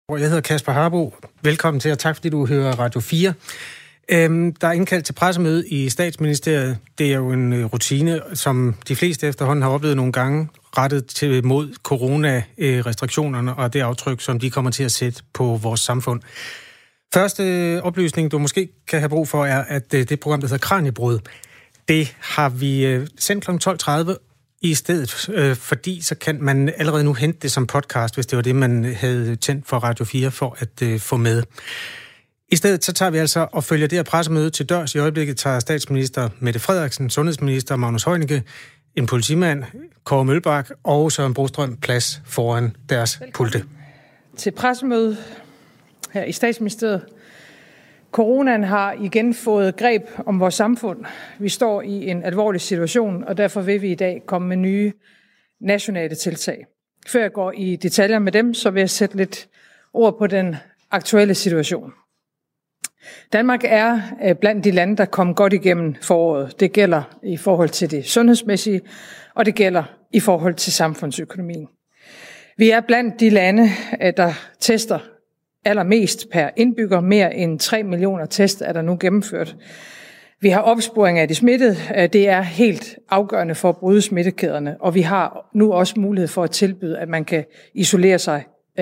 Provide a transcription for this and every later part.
Jeg hedder Kasper Harbo. Velkommen til, og tak fordi du hører Radio 4. Der er indkaldt til pressemøde i Statsministeriet. Det er jo en rutine, som de fleste efterhånden har oplevet nogle gange, rettet til mod coronarestriktionerne og det aftryk, som de kommer til at sætte på vores samfund. Første oplysning, du måske kan have brug for, er, at det program, der hedder Kraniebrud, det har vi sendt kl. 12.30 i stedet, fordi så kan man allerede nu hente det som podcast, hvis det var det, man havde tændt for Radio 4 for at få med. I stedet så tager vi altså og følger det her pressemøde til dørs. I øjeblikket tager statsminister Mette Frederiksen, sundhedsminister Magnus Heunicke, en politimand, Kåre Mølbak og Søren Brostrøm plads foran deres pulte. Til pressemøde her i Statsministeriet. Coronaen har igen fået greb om vores samfund. Vi står i en alvorlig situation, og derfor vil vi i dag komme med nye nationale tiltag. Før jeg går i detaljer med dem, så vil jeg sætte lidt ord på den aktuelle situation. Danmark er blandt de lande, der kom godt igennem foråret. Det gælder i forhold til det sundhedsmæssige, og det gælder i forhold til samfundsøkonomien. Vi er blandt de lande, der tester allermest per indbygger. Mere end 3 millioner test er der nu gennemført. Vi har opsporing af de smittede. Det er helt afgørende for at bryde smittekæderne, og vi har nu også mulighed for at tilbyde, at man kan isolere sig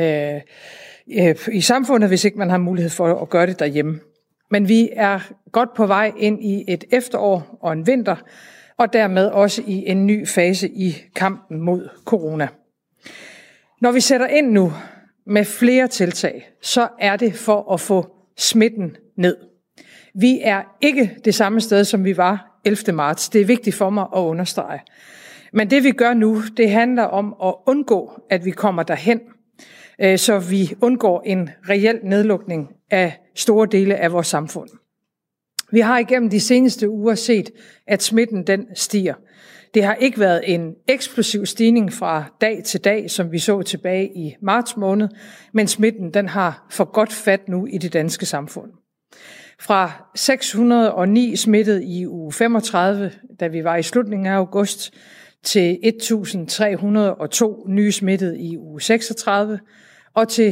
i samfundet, hvis ikke man har mulighed for at gøre det derhjemme. Men vi er godt på vej ind i et efterår og en vinter, og dermed også i en ny fase i kampen mod corona. Når vi sætter ind nu med flere tiltag, så er det for at få smitten ned. Vi er ikke det samme sted, som vi var 11. marts. Det er vigtigt for mig at understrege. Men det vi gør nu, det handler om at undgå, at vi kommer derhen, så vi undgår en reel nedlukning af store dele af vores samfund. Vi har igennem de seneste uger set, at smitten den stiger. Det har ikke været en eksplosiv stigning fra dag til dag, som vi så tilbage i marts måned, men smitten den har for godt fat nu i det danske samfund. Fra 609 smittet i uge 35, da vi var i slutningen af august, til 1.302 nye smittet i uge 36, og til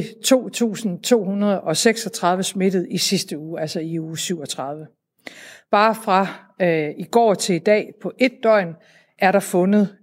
2.236 smittet i sidste uge, altså i uge 37. Bare fra i går til i dag på et døgn er der fundet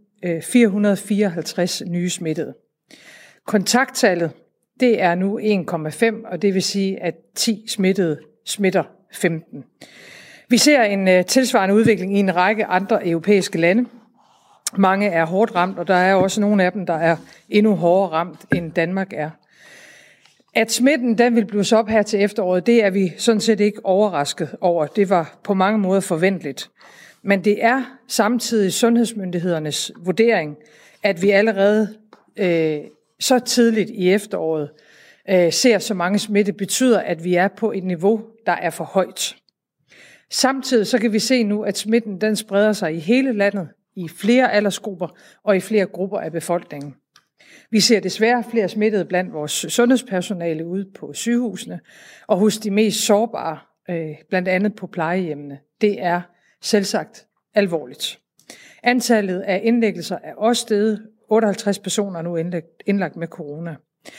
454 nye smittede. Kontakttallet det er nu 1,5, og det vil sige, at 10 smittede smitter 15. Vi ser en tilsvarende udvikling i en række andre europæiske lande. Mange er hårdt ramt, og der er også nogle af dem, der er endnu hårdere ramt, end Danmark er. At smitten den vil blusse op her til efteråret, det er vi sådan set ikke overrasket over. Det var på mange måder forventeligt. Men det er samtidig sundhedsmyndighedernes vurdering, at vi allerede så tidligt i efteråret ser så mange smitte, betyder, at vi er på et niveau, der er for højt. Samtidig så kan vi se nu, at smitten den spreder sig i hele landet, i flere aldersgrupper og i flere grupper af befolkningen. Vi ser desværre flere smittede blandt vores sundhedspersonale ude på sygehusene og hos de mest sårbare, blandt andet på plejehjemmene. Det er selvsagt alvorligt. Antallet af indlæggelser er også steget. 58 personer er nu indlagt med corona.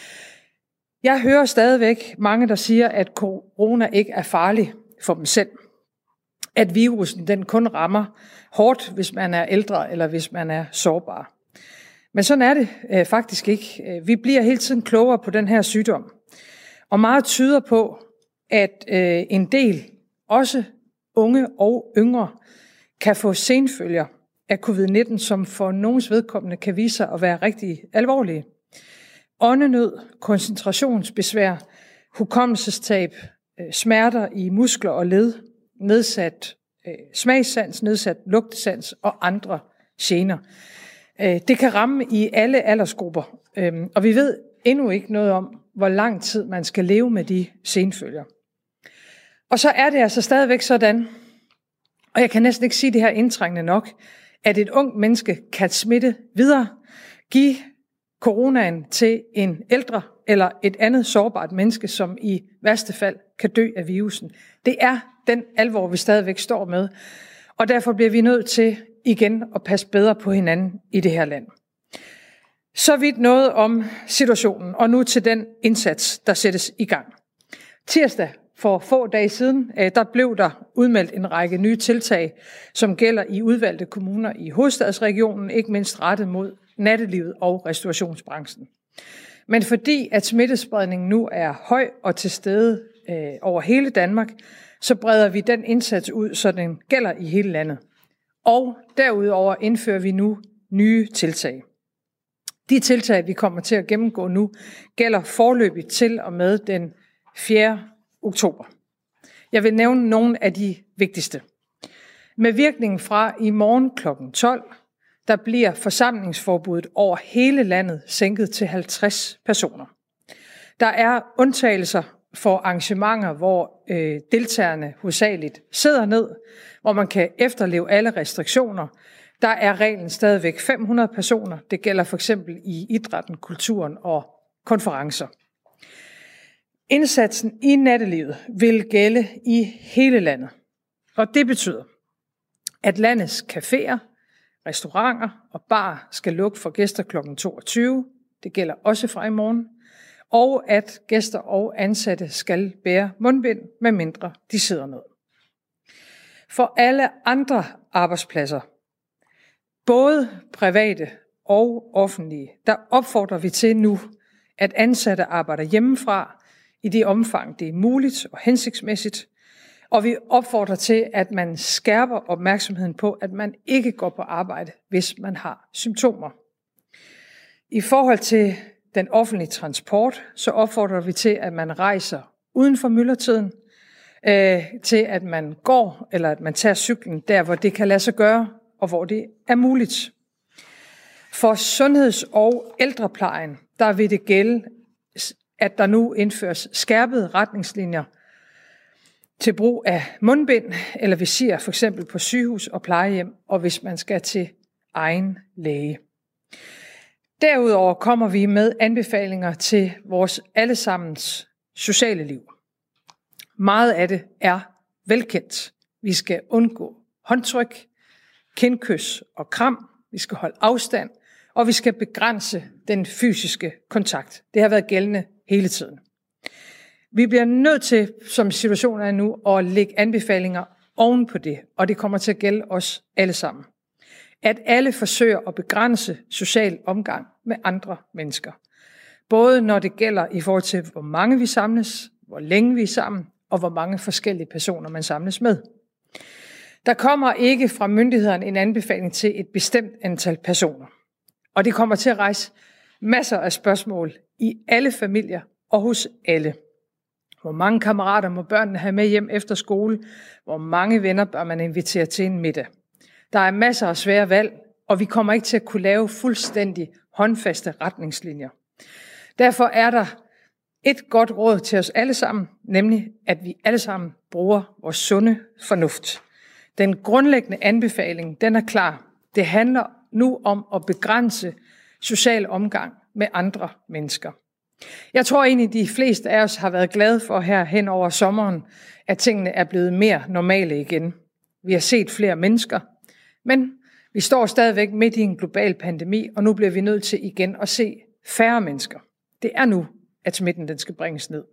Jeg hører stadigvæk mange, der siger, at corona ikke er farlig for dem selv. At virusen den kun rammer hårdt, hvis man er ældre eller hvis man er sårbar. Men sådan er det faktisk ikke. Vi bliver hele tiden klogere på den her sygdom. Og meget tyder på, at en del, også unge og yngre, kan få senfølger af covid-19, som for nogens vedkommende kan vise sig at være rigtig alvorlige. Åndenød, koncentrationsbesvær, hukommelsestab, smerter i muskler og led, nedsat smagssans, nedsat lugtesans og andre gener. Det kan ramme i alle aldersgrupper, og vi ved endnu ikke noget om, hvor lang tid man skal leve med de senfølger. Og så er det altså stadigvæk sådan, og jeg kan næsten ikke sige det her indtrængende nok, at et ungt menneske kan smitte videre, give coronaen til en ældre eller et andet sårbart menneske, som i værste fald kan dø af virusen. Det er den alvor, vi stadigvæk står med, og derfor bliver vi nødt til igen at passe bedre på hinanden i det her land. Så vidt noget om situationen, og nu til den indsats, der sættes i gang. Tirsdag for få dage siden, der blev der udmeldt en række nye tiltag, som gælder i udvalgte kommuner i hovedstadsregionen, ikke mindst rettet mod nattelivet og restaurationsbranchen. Men fordi at smittespredningen nu er høj og til stede over hele Danmark, så breder vi den indsats ud, så den gælder i hele landet. Og derudover indfører vi nu nye tiltag. De tiltag, vi kommer til at gennemgå nu, gælder foreløbigt til og med den 4. oktober. Jeg vil nævne nogle af de vigtigste. Med virkning fra i morgen kl. 12, der bliver forsamlingsforbuddet over hele landet sænket til 50 personer. Der er undtagelser for arrangementer, hvor deltagerne hovedsageligt sidder ned, hvor man kan efterleve alle restriktioner. Der er reglen stadigvæk 500 personer. Det gælder for eksempel i idrætten, kulturen og konferencer. Indsatsen i nattelivet vil gælde i hele landet. Og det betyder, at landets caféer, restauranter og barer skal lukke for gæster kl. 22. Det gælder også fra i morgen. Og at gæster og ansatte skal bære mundbind, medmindre de sidder ned. For alle andre arbejdspladser, både private og offentlige, der opfordrer vi til nu, at ansatte arbejder hjemmefra i det omfang, det er muligt og hensigtsmæssigt. Og vi opfordrer til, at man skærper opmærksomheden på, at man ikke går på arbejde, hvis man har symptomer. I forhold til den offentlige transport, så opfordrer vi til, at man rejser uden for myldretiden, til at man går eller at man tager cyklen der, hvor det kan lade sig gøre, og hvor det er muligt. For sundheds- og ældreplejen, der vil det gælde, at der nu indføres skærpede retningslinjer til brug af mundbind eller visir, for eksempel på sygehus og plejehjem, og hvis man skal til egen læge. Derudover kommer vi med anbefalinger til vores allesammens sociale liv. Meget af det er velkendt. Vi skal undgå håndtryk, kindkys og kram. Vi skal holde afstand, og vi skal begrænse den fysiske kontakt. Det har været gældende hele tiden. Vi bliver nødt til, som situationen er nu, at lægge anbefalinger oven på det, og det kommer til at gælde os alle sammen. At alle forsøger at begrænse social omgang med andre mennesker. Både når det gælder i forhold til, hvor mange vi samles, hvor længe vi er sammen, og hvor mange forskellige personer man samles med. Der kommer ikke fra myndighederne en anbefaling til et bestemt antal personer. Og det kommer til at rejse masser af spørgsmål i alle familier og hos alle. Hvor mange kammerater må børnene have med hjem efter skole? Hvor mange venner bør man invitere til en middag? Der er masser af svære valg, og vi kommer ikke til at kunne lave fuldstændig håndfaste retningslinjer. Derfor er der et godt råd til os alle sammen, nemlig at vi alle sammen bruger vores sunde fornuft. Den grundlæggende anbefaling, den er klar. Det handler nu om at begrænse social omgang med andre mennesker. Jeg tror egentlig, de fleste af os har været glade for her hen over sommeren, at tingene er blevet mere normale igen. Vi har set flere mennesker, men vi står stadigvæk midt i en global pandemi, og nu bliver vi nødt til igen at se færre mennesker. Det er nu, at smitten den skal bringes ned.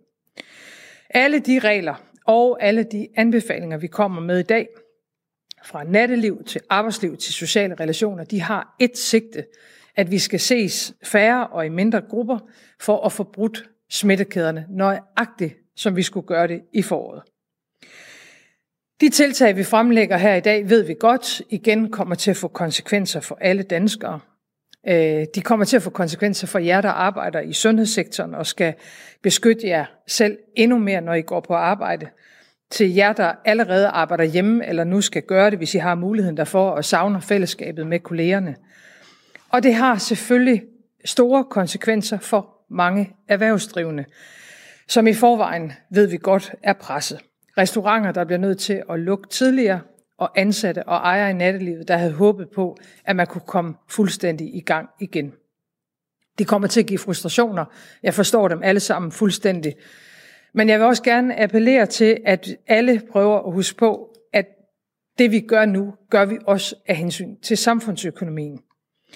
Alle de regler og alle de anbefalinger, vi kommer med i dag, fra natteliv til arbejdsliv til sociale relationer, de har et sigte, at vi skal ses færre og i mindre grupper for at få brudt smittekæderne, nøjagtigt som vi skulle gøre det i foråret. De tiltag, vi fremlægger her i dag, ved vi godt, igen kommer til at få konsekvenser for alle danskere. De kommer til at få konsekvenser for jer, der arbejder i sundhedssektoren og skal beskytte jer selv endnu mere, når I går på arbejde. Til jer, der allerede arbejder hjemme eller nu skal gøre det, hvis I har muligheden derfor og savner fællesskabet med kollegerne. Og det har selvfølgelig store konsekvenser for mange erhvervsdrivende, som i forvejen, ved vi godt, er presset. Restauranter, der bliver nødt til at lukke tidligere, og ansatte og ejere i nattelivet, der havde håbet på, at man kunne komme fuldstændig i gang igen. Det kommer til at give frustrationer. Jeg forstår dem alle sammen fuldstændig. Men jeg vil også gerne appellere til, at alle prøver at huske på, at det vi gør nu, gør vi også af hensyn til samfundsøkonomien.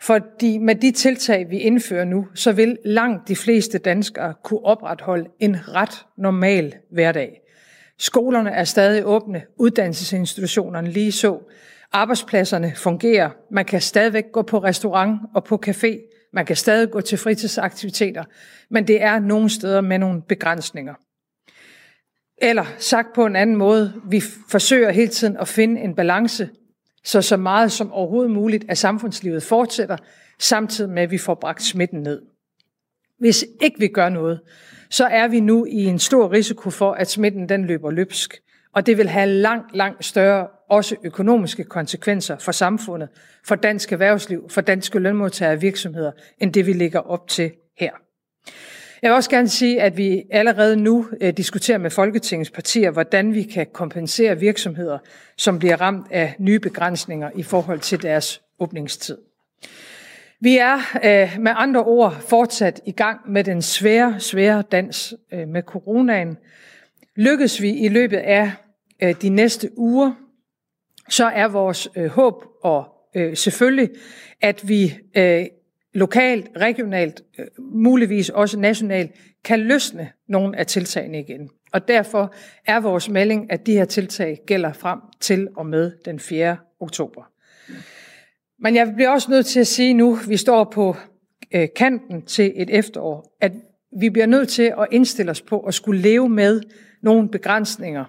Fordi med de tiltag, vi indfører nu, så vil langt de fleste danskere kunne opretholde en ret normal hverdag. Skolerne er stadig åbne, uddannelsesinstitutionerne lige så, arbejdspladserne fungerer, man kan stadigvæk gå på restaurant og på café, man kan stadig gå til fritidsaktiviteter, men det er nogle steder med nogle begrænsninger. Eller sagt på en anden måde, vi forsøger hele tiden at finde en balance, så meget som overhovedet muligt af samfundslivet fortsætter, samtidig med at vi får bragt smitten ned. Hvis ikke vi gør noget, så er vi nu i en stor risiko for, at smitten den løber løbsk. Og det vil have langt større, også økonomiske konsekvenser for samfundet, for dansk erhvervsliv, for danske lønmodtagere og virksomheder, end det vi lægger op til her. Jeg vil også gerne sige, at vi allerede nu diskuterer med Folketingets partier, hvordan vi kan kompensere virksomheder, som bliver ramt af nye begrænsninger i forhold til deres åbningstid. Vi er med andre ord fortsat i gang med den svære dans med coronaen. Lykkes vi i løbet af de næste uger, så er vores håb og selvfølgelig, at vi lokalt, regionalt, muligvis også nationalt, kan løsne nogle af tiltagene igen. Og derfor er vores melding, at de her tiltag gælder frem til og med den 4. oktober. Men jeg bliver også nødt til at sige nu, vi står på kanten til et efterår, at vi bliver nødt til at indstille os på at skulle leve med nogle begrænsninger.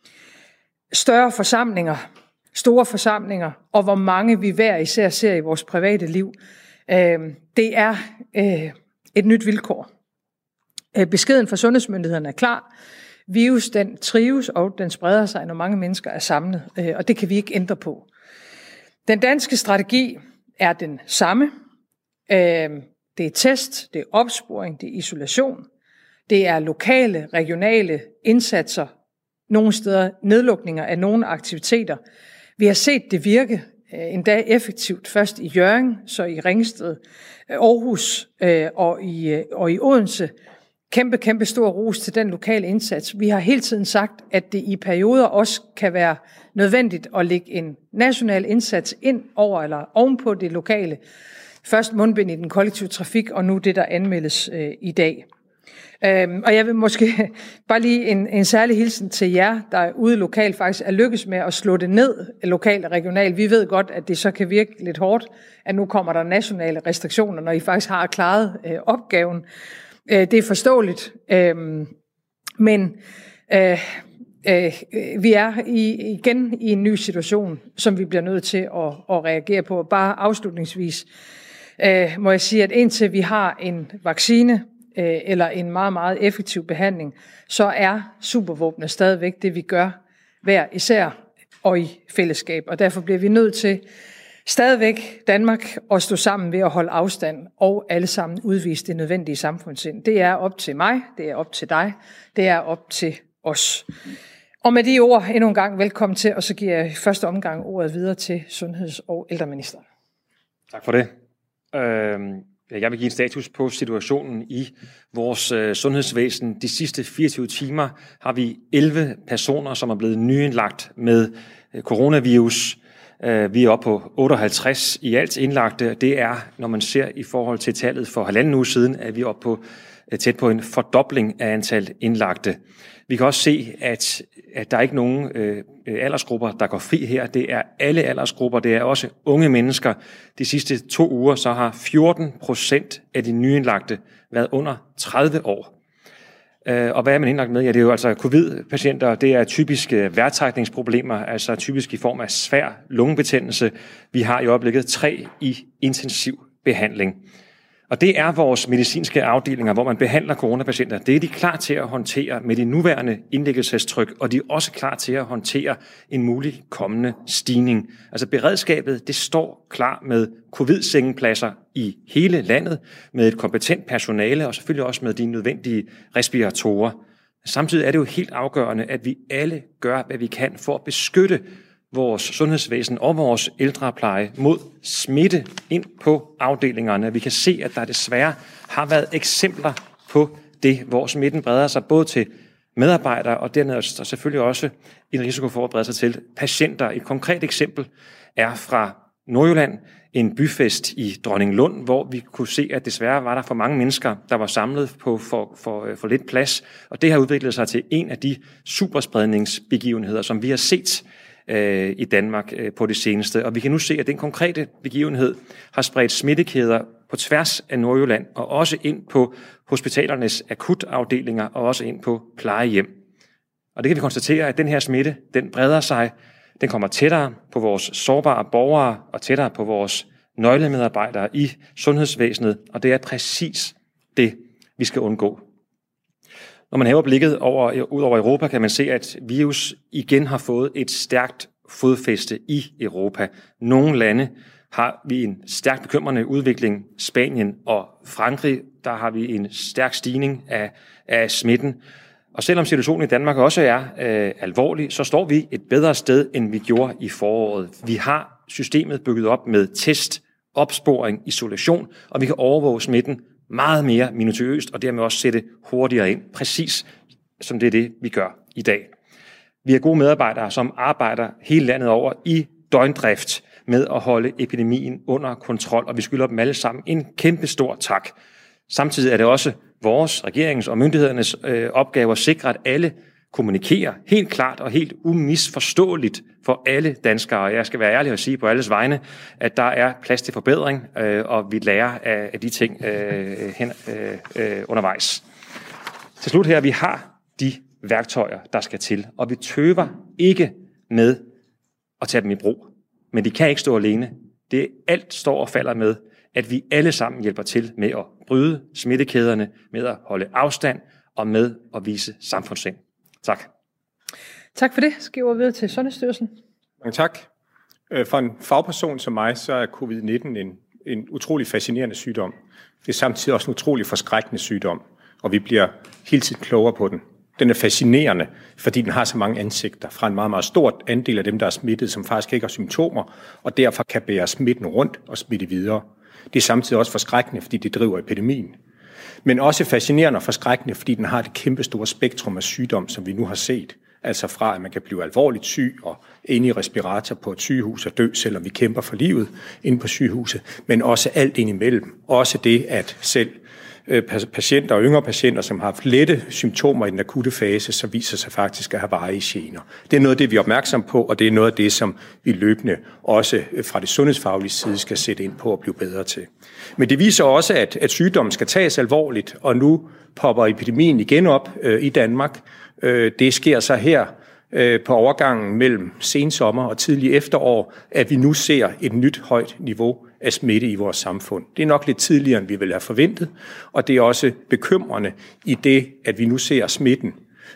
Større forsamlinger, store forsamlinger, og hvor mange vi hver især ser i vores private liv. Det er et nyt vilkår. Beskeden fra sundhedsmyndighederne er klar. Virus, den trives, og den spreder sig, når mange mennesker er samlet, og det kan vi ikke ændre på. Den danske strategi er den samme. Det er test, det er opsporing, det er isolation, det er lokale, regionale indsatser, nogle steder nedlukninger af nogle aktiviteter. Vi har set det virke endda effektivt, først i Hjørring, så i Ringsted, Aarhus og i Odense. Kæmpe stor ros til den lokale indsats. Vi har hele tiden sagt, at det i perioder også kan være nødvendigt at lægge en national indsats ind over eller ovenpå det lokale. Først mundbind i den kollektive trafik, og nu det, der anmeldes i dag. Og jeg vil måske bare lige en særlig hilsen til jer, der ude lokalt faktisk er lykkes med at slå det ned lokalt og regionalt. Vi ved godt, at det så kan virke lidt hårdt, at nu kommer der nationale restriktioner, når I faktisk har klaret opgaven. Det er forståeligt, men vi er igen i en ny situation, som vi bliver nødt til at reagere på. Bare afslutningsvis må jeg sige, at indtil vi har en vaccine eller en meget effektiv behandling, så er supervåbnet stadigvæk det, vi gør hver især og i fællesskab. Og derfor bliver vi nødt til stadigvæk Danmark at stå sammen ved at holde afstand og alle sammen udvise det nødvendige samfundssind. Det er op til mig, det er op til dig, det er op til os. Og med de ord endnu en gang velkommen til, og så giver jeg i første omgang ordet videre til sundheds- og ældreministeren. Tak for det. Jeg vil give en status på situationen i vores sundhedsvæsen. De sidste 24 timer har vi 11 personer, som er blevet nyindlagt med coronavirus. Vi er oppe på 58 i alt indlagte. Det er, når man ser i forhold til tallet for 1,5 uge siden, at vi er oppe på tæt på en fordobling af antal indlagte. Vi kan også se, at der er ikke nogen aldersgrupper, der går fri her. Det er alle aldersgrupper, det er også unge mennesker. De sidste 2 uger så har 14% af de nyindlagte været under 30 år. Og hvad er man indlagt med? Ja, det er jo altså covid-patienter. Det er typisk vejrtrækningsproblemer, altså typisk i form af svær lungebetændelse. Vi har i øjeblikket 3 i intensiv behandling. Og det er vores medicinske afdelinger, hvor man behandler coronapatienter. Det er de klar til at håndtere med de nuværende indlæggelsestryk, og de er også klar til at håndtere en mulig kommende stigning. Altså beredskabet, det står klar med covid-sengepladser i hele landet, med et kompetent personale og selvfølgelig også med de nødvendige respiratorer. Samtidig er det jo helt afgørende, at vi alle gør, hvad vi kan for at beskytte vores sundhedsvæsen og vores ældrepleje mod smitte ind på afdelingerne. Vi kan se, at der desværre har været eksempler på det, hvor smitten breder sig både til medarbejdere og dernede selvfølgelig også en risiko for at brede sig til patienter. Et konkret eksempel er fra Nordjylland, en byfest i Dronninglund, hvor vi kunne se, at desværre var der for mange mennesker, der var samlet på for lidt plads. Og det har udviklet sig til en af de superspredningsbegivenheder, som vi har set i Danmark på det seneste. Og vi kan nu se, at den konkrete begivenhed har spredt smittekæder på tværs af Nordjylland, og også ind på hospitalernes akutafdelinger, og også ind på plejehjem. Og det kan vi konstatere, at den her smitte, den breder sig, den kommer tættere på vores sårbare borgere, og tættere på vores nøglemedarbejdere i sundhedsvæsenet, og det er præcis det, vi skal undgå. Når man hæver blikket ud over Europa, kan man se, at virus igen har fået et stærkt fodfæste i Europa. Nogle lande har vi en stærkt bekymrende udvikling. Spanien og Frankrig, der har vi en stærk stigning af smitten. Og selvom situationen i Danmark også er alvorlig, så står vi et bedre sted, end vi gjorde i foråret. Vi har systemet bygget op med test, opsporing, isolation, og vi kan overvåge smitten meget mere minutiøst, og dermed også sætte hurtigere ind, præcis som det er det, vi gør i dag. Vi har gode medarbejdere, som arbejder hele landet over i døgndrift med at holde epidemien under kontrol, og vi skylder dem alle sammen en kæmpe stor tak. Samtidig er det også vores, regeringens og myndighedernes opgave at sikre, at alle kommunikerer helt klart og helt umisforståeligt for alle danskere. Og jeg skal være ærlig og sige på alles vegne, at der er plads til forbedring, og vi lærer af de ting undervejs. Til slut her, vi har de værktøjer, der skal til, og vi tøver ikke med at tage dem i brug. Men de kan ikke stå alene. Det alt står og falder med, at vi alle sammen hjælper til med at bryde smittekæderne, med at holde afstand og med at vise samfundssind. Tak. Tak for det. Skriver videre til Sundhedsstyrelsen. Mange tak. For en fagperson som mig, så er covid-19 en utrolig fascinerende sygdom. Det er samtidig også en utrolig forskrækkende sygdom, og vi bliver hele tiden klogere på den. Den er fascinerende, fordi den har så mange ansigter fra en meget, meget stort andel af dem, der er smittet, som faktisk ikke har symptomer, og derfor kan bære smitten rundt og smitte videre. Det er samtidig også forskrækkende, fordi det driver epidemien. Men også fascinerende og forskrækkende, fordi den har det kæmpe store spektrum af sygdom, som vi nu har set. Altså fra, at man kan blive alvorligt syg og inde i respirator på et sygehus og dø, selvom vi kæmper for livet inde på sygehuset, men også alt indimellem. Også det, at selv patienter og yngre patienter, som har haft lette symptomer i den akutte fase, så viser sig faktisk at have varige gener. Det er noget af det, vi er opmærksom på, og det er noget af det, som vi løbende også fra det sundhedsfaglige side skal sætte ind på at blive bedre til. Men det viser også, at sygdommen skal tages alvorligt, og nu popper epidemien igen op i Danmark. Det sker så her på overgangen mellem sensommer og tidlig efterår, at vi nu ser et nyt højt niveau af smitte i vores samfund. Det er nok lidt tidligere, end vi ville have forventet, og det er også bekymrende i det, at vi nu ser smitten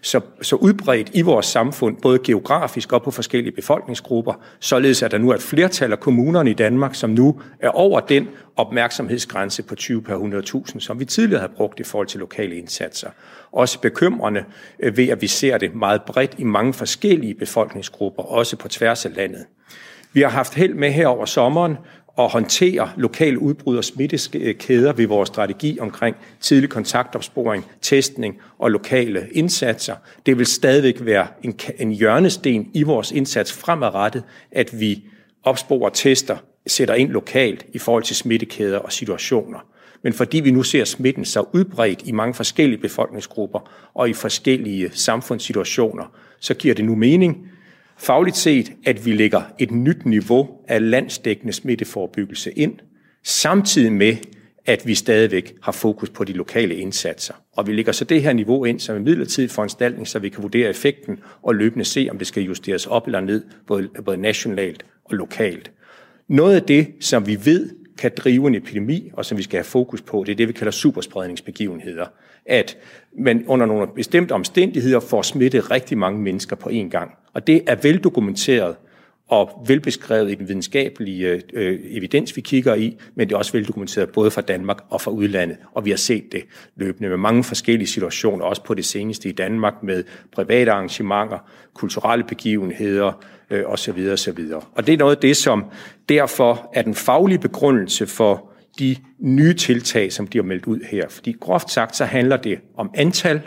så udbredt i vores samfund, både geografisk og på forskellige befolkningsgrupper, således at der nu er et flertal af kommunerne i Danmark, som nu er over den opmærksomhedsgrænse på 20 per 100.000, som vi tidligere havde brugt i forhold til lokale indsatser. Også bekymrende ved, at vi ser det meget bredt i mange forskellige befolkningsgrupper, også på tværs af landet. Vi har haft held med her over sommeren at håndtere lokale udbrud og smittekæder ved vores strategi omkring tidlig kontaktopsporing, testning og lokale indsatser. Det vil stadigvæk være en hjørnesten i vores indsats fremadrettet, at vi opsporer, tester, sætter ind lokalt i forhold til smittekæder og situationer. Men fordi vi nu ser smitten så udbredt i mange forskellige befolkningsgrupper og i forskellige samfundssituationer, så giver det nu mening, fagligt set, at vi lægger et nyt niveau af landsdækkende smitteforebyggelse ind, samtidig med, at vi stadigvæk har fokus på de lokale indsatser. Og vi lægger så det her niveau ind som en midlertidig foranstaltning, så vi kan vurdere effekten og løbende se, om det skal justeres op eller ned, både nationalt og lokalt. Noget af det, som vi ved kan drive en epidemi, og som vi skal have fokus på, det er det, vi kalder superspredningsbegivenheder. At man under nogle bestemte omstændigheder får smittet rigtig mange mennesker på én gang. Og det er veldokumenteret og velbeskrevet i den videnskabelige evidens, vi kigger i, men det er også veldokumenteret både fra Danmark og fra udlandet, og vi har set det løbende med mange forskellige situationer, også på det seneste i Danmark med private arrangementer, kulturelle begivenheder osv. osv. Og det er noget af det, som derfor er den faglige begrundelse for de nye tiltag, som de har meldt ud her. Fordi groft sagt, så handler det om antal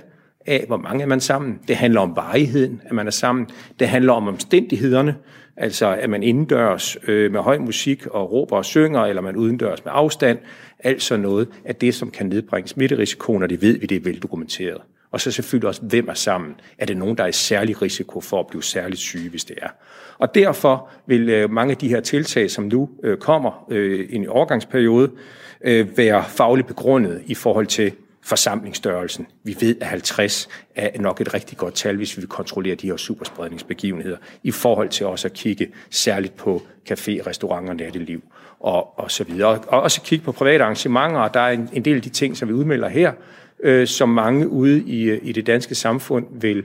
af, hvor mange er man sammen. Det handler om varigheden, at man er sammen. Det handler om omstændighederne, altså at man indendørs med høj musik og råber og synger, eller man udendørs med afstand. Altså noget af det, som kan nedbringe smitterisikoen, og det ved vi, det er veldokumenteret. Og så selvfølgelig også, hvem er sammen. Er det nogen, der er i særlig risiko for at blive særligt syge, hvis det er? Og derfor vil mange af de her tiltag, som nu kommer i en overgangsperiode, være fagligt begrundet i forhold til forsamlingsstørrelsen. Vi ved, at 50 er nok et rigtig godt tal, hvis vi vil kontrollere de her superspredningsbegivenheder, i forhold til også at kigge særligt på café, restauranter, natteliv og så videre. Og også kigge på private arrangementer, og der er en del af de ting, som vi udmelder her, som mange ude i det danske samfund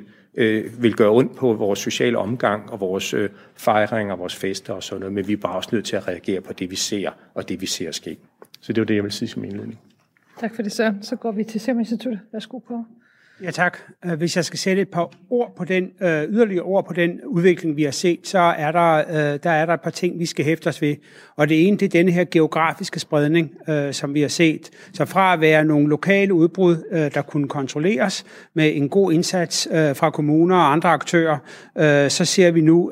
vil gøre ondt på vores sociale omgang og vores fejringer, vores fester og sådan noget, men vi er bare også nødt til at reagere på det, vi ser, og det, vi ser ske. Så det var det, jeg vil sige som indledning. Tak for det, Søren. Så går vi til Serum Instituttet. Værsgo på. Ja, tak. Hvis jeg skal sætte et par ord på den, yderligere ord på den udvikling, vi har set, så er der et par ting, vi skal hæfte os ved. Og det ene, det er denne her geografiske spredning, som vi har set. Så fra at være nogle lokale udbrud, der kunne kontrolleres med en god indsats fra kommuner og andre aktører, så ser vi nu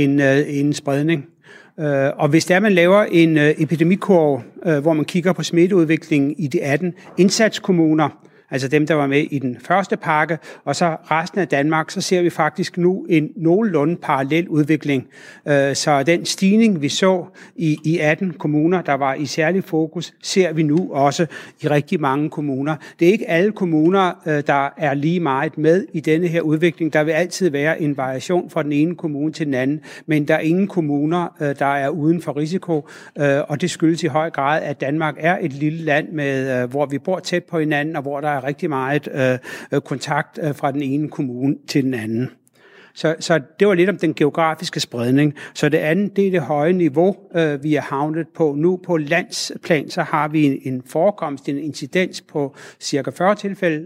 en spredning. Og hvis der man laver en epidemikurve, hvor man kigger på smitteudviklingen i de 18 indsatskommuner, altså dem, der var med i den første pakke, og så resten af Danmark, så ser vi faktisk nu en nogenlunde parallel udvikling. Så den stigning, vi så i 18 kommuner, der var i særlig fokus, ser vi nu også i rigtig mange kommuner. Det er ikke alle kommuner, der er lige meget med i denne her udvikling. Der vil altid være en variation fra den ene kommune til den anden, men der er ingen kommuner, der er uden for risiko, og det skyldes i høj grad, at Danmark er et lille land, med, hvor vi bor tæt på hinanden, og hvor der er rigtig meget kontakt fra den ene kommune til den anden. Så det var lidt om den geografiske spredning. Så det andet, det er det høje niveau, vi er havnet på. Nu på landsplan, så har vi en forekomst, en incidens på cirka 40 tilfælde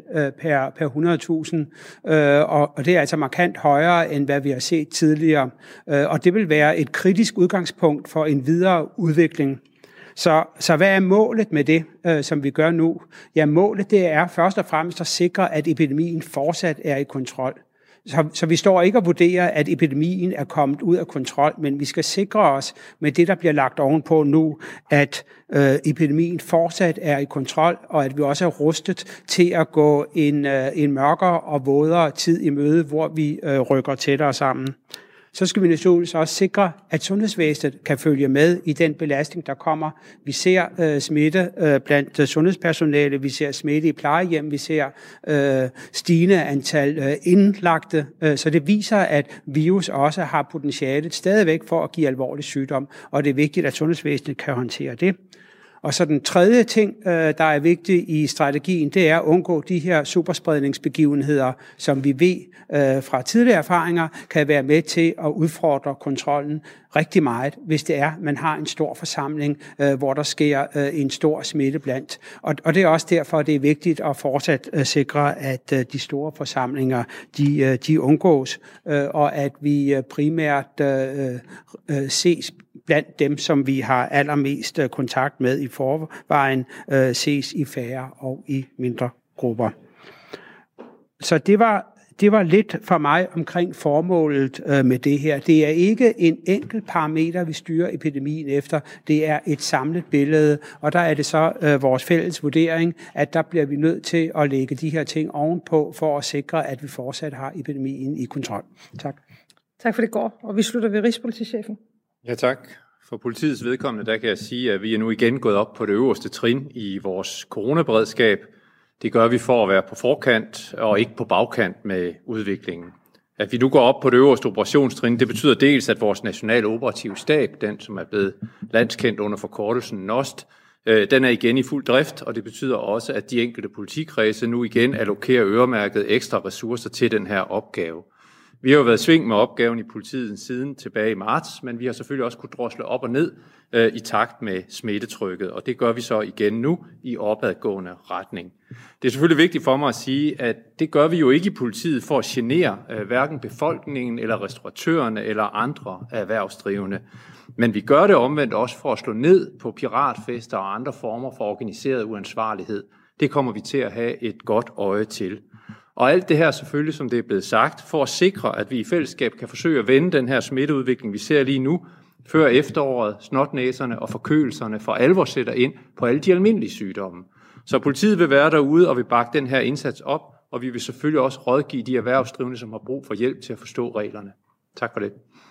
per 100.000, og det er altså markant højere, end hvad vi har set tidligere. Og det vil være et kritisk udgangspunkt for en videre udvikling. Så hvad er målet med det, som vi gør nu? Ja, målet det er først og fremmest at sikre, at epidemien fortsat er i kontrol. Så vi står ikke og vurderer, at epidemien er kommet ud af kontrol, men vi skal sikre os med det, der bliver lagt ovenpå nu, at epidemien fortsat er i kontrol, og at vi også er rustet til at gå en mørkere og vådere tid i møde, hvor vi rykker tættere sammen. Så skal vi naturligvis også sikre, at sundhedsvæsenet kan følge med i den belastning, der kommer. Vi ser smitte blandt sundhedspersonale, vi ser smitte i plejehjem, vi ser stigende antal indlagte. Så det viser, at virus også har potentialet stadigvæk for at give alvorlig sygdom, og det er vigtigt, at sundhedsvæsenet kan håndtere det. Og så den tredje ting, der er vigtig i strategien, det er at undgå de her superspredningsbegivenheder, som vi ved fra tidligere erfaringer, kan være med til at udfordre kontrollen rigtig meget, hvis det er, man har en stor forsamling, hvor der sker en stor smitte blandt. Og det er også derfor, det er vigtigt at fortsat sikre, at de store forsamlinger, de undgås, og at vi primært ses blandt dem, som vi har allermest kontakt med i forvejen, ses i færre og i mindre grupper. Så det var lidt for mig omkring formålet med det her. Det er ikke en enkelt parameter, vi styrer epidemien efter. Det er et samlet billede, og der er det så vores fælles vurdering, at der bliver vi nødt til at lægge de her ting ovenpå, for at sikre, at vi fortsat har epidemien i kontrol. Tak. Tak for det, Gård. Og vi slutter ved Rigspolitichefen. Ja, tak. For politiets vedkommende, der kan jeg sige, at vi er nu igen gået op på det øverste trin i vores coronaberedskab. Det gør vi for at være på forkant og ikke på bagkant med udviklingen. At vi nu går op på det øverste operationstrin, det betyder dels, at vores nationale operative stab, den som er blevet landskendt under forkortelsen NOST, den er igen i fuld drift, og det betyder også, at de enkelte politikredse nu igen allokerer øremærket ekstra ressourcer til den her opgave. Vi har jo været i sving med opgaven i politiet siden tilbage i marts, men vi har selvfølgelig også kunnet drosle op og ned i takt med smittetrykket, og det gør vi så igen nu i opadgående retning. Det er selvfølgelig vigtigt for mig at sige, at det gør vi jo ikke i politiet for at genere hverken befolkningen eller restauratørerne eller andre erhvervsdrivende, men vi gør det omvendt også for at slå ned på piratfester og andre former for organiseret uansvarlighed. Det kommer vi til at have et godt øje til. Og alt det her selvfølgelig, som det er blevet sagt, for at sikre, at vi i fællesskab kan forsøge at vende den her smitteudvikling, vi ser lige nu, før efteråret, snotnæserne og forkølelserne for alvor sætter ind på alle de almindelige sygdomme. Så politiet vil være derude og vil bakke den her indsats op, og vi vil selvfølgelig også rådgive de erhvervsdrivende, som har brug for hjælp til at forstå reglerne. Tak for det.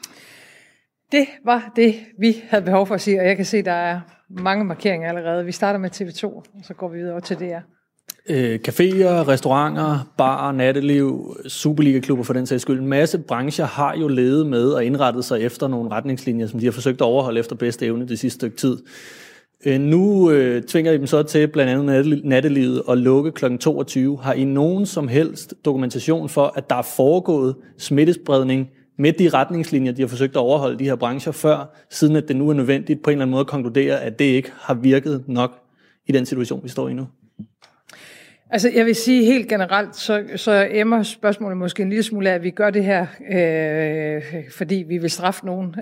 Det var det, vi havde behov for at sige, og jeg kan se, at der er mange markeringer allerede. Vi starter med TV2, og så går vi videre til DR. Caféer, restauranter, barer, natteliv, Superliga-klubber for den sags skyld. En masse brancher har jo levet med og indrettet sig efter nogle retningslinjer, som de har forsøgt at overholde efter bedste evne det sidste stykke tid. Nu tvinger I dem så til blandt andet nattelivet at lukke kl. 22. Har I nogen som helst dokumentation for, at der er foregået smittespredning med de retningslinjer, de har forsøgt at overholde de her brancher før, siden at det nu er nødvendigt på en eller anden måde at konkludere, at det ikke har virket nok i den situation, vi står i nu? Altså, jeg vil sige helt generelt, så emmer spørgsmålet måske en lille smule af, at vi gør det her, fordi vi vil straffe nogen.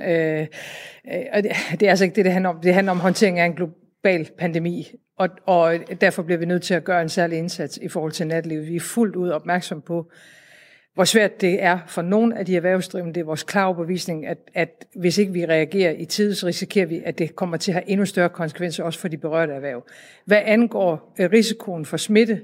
Og det er altså ikke det handler om. Det handler om håndtering af en global pandemi, og derfor bliver vi nødt til at gøre en særlig indsats i forhold til natlivet. Vi er fuldt ud opmærksom på, hvor svært det er for nogle af de erhvervsdrivende. Det er vores klare overbevisning, at hvis ikke vi reagerer i tide, så risikerer vi, at det kommer til at have endnu større konsekvenser også for de berørte erhverv. Hvad angår risikoen for smitte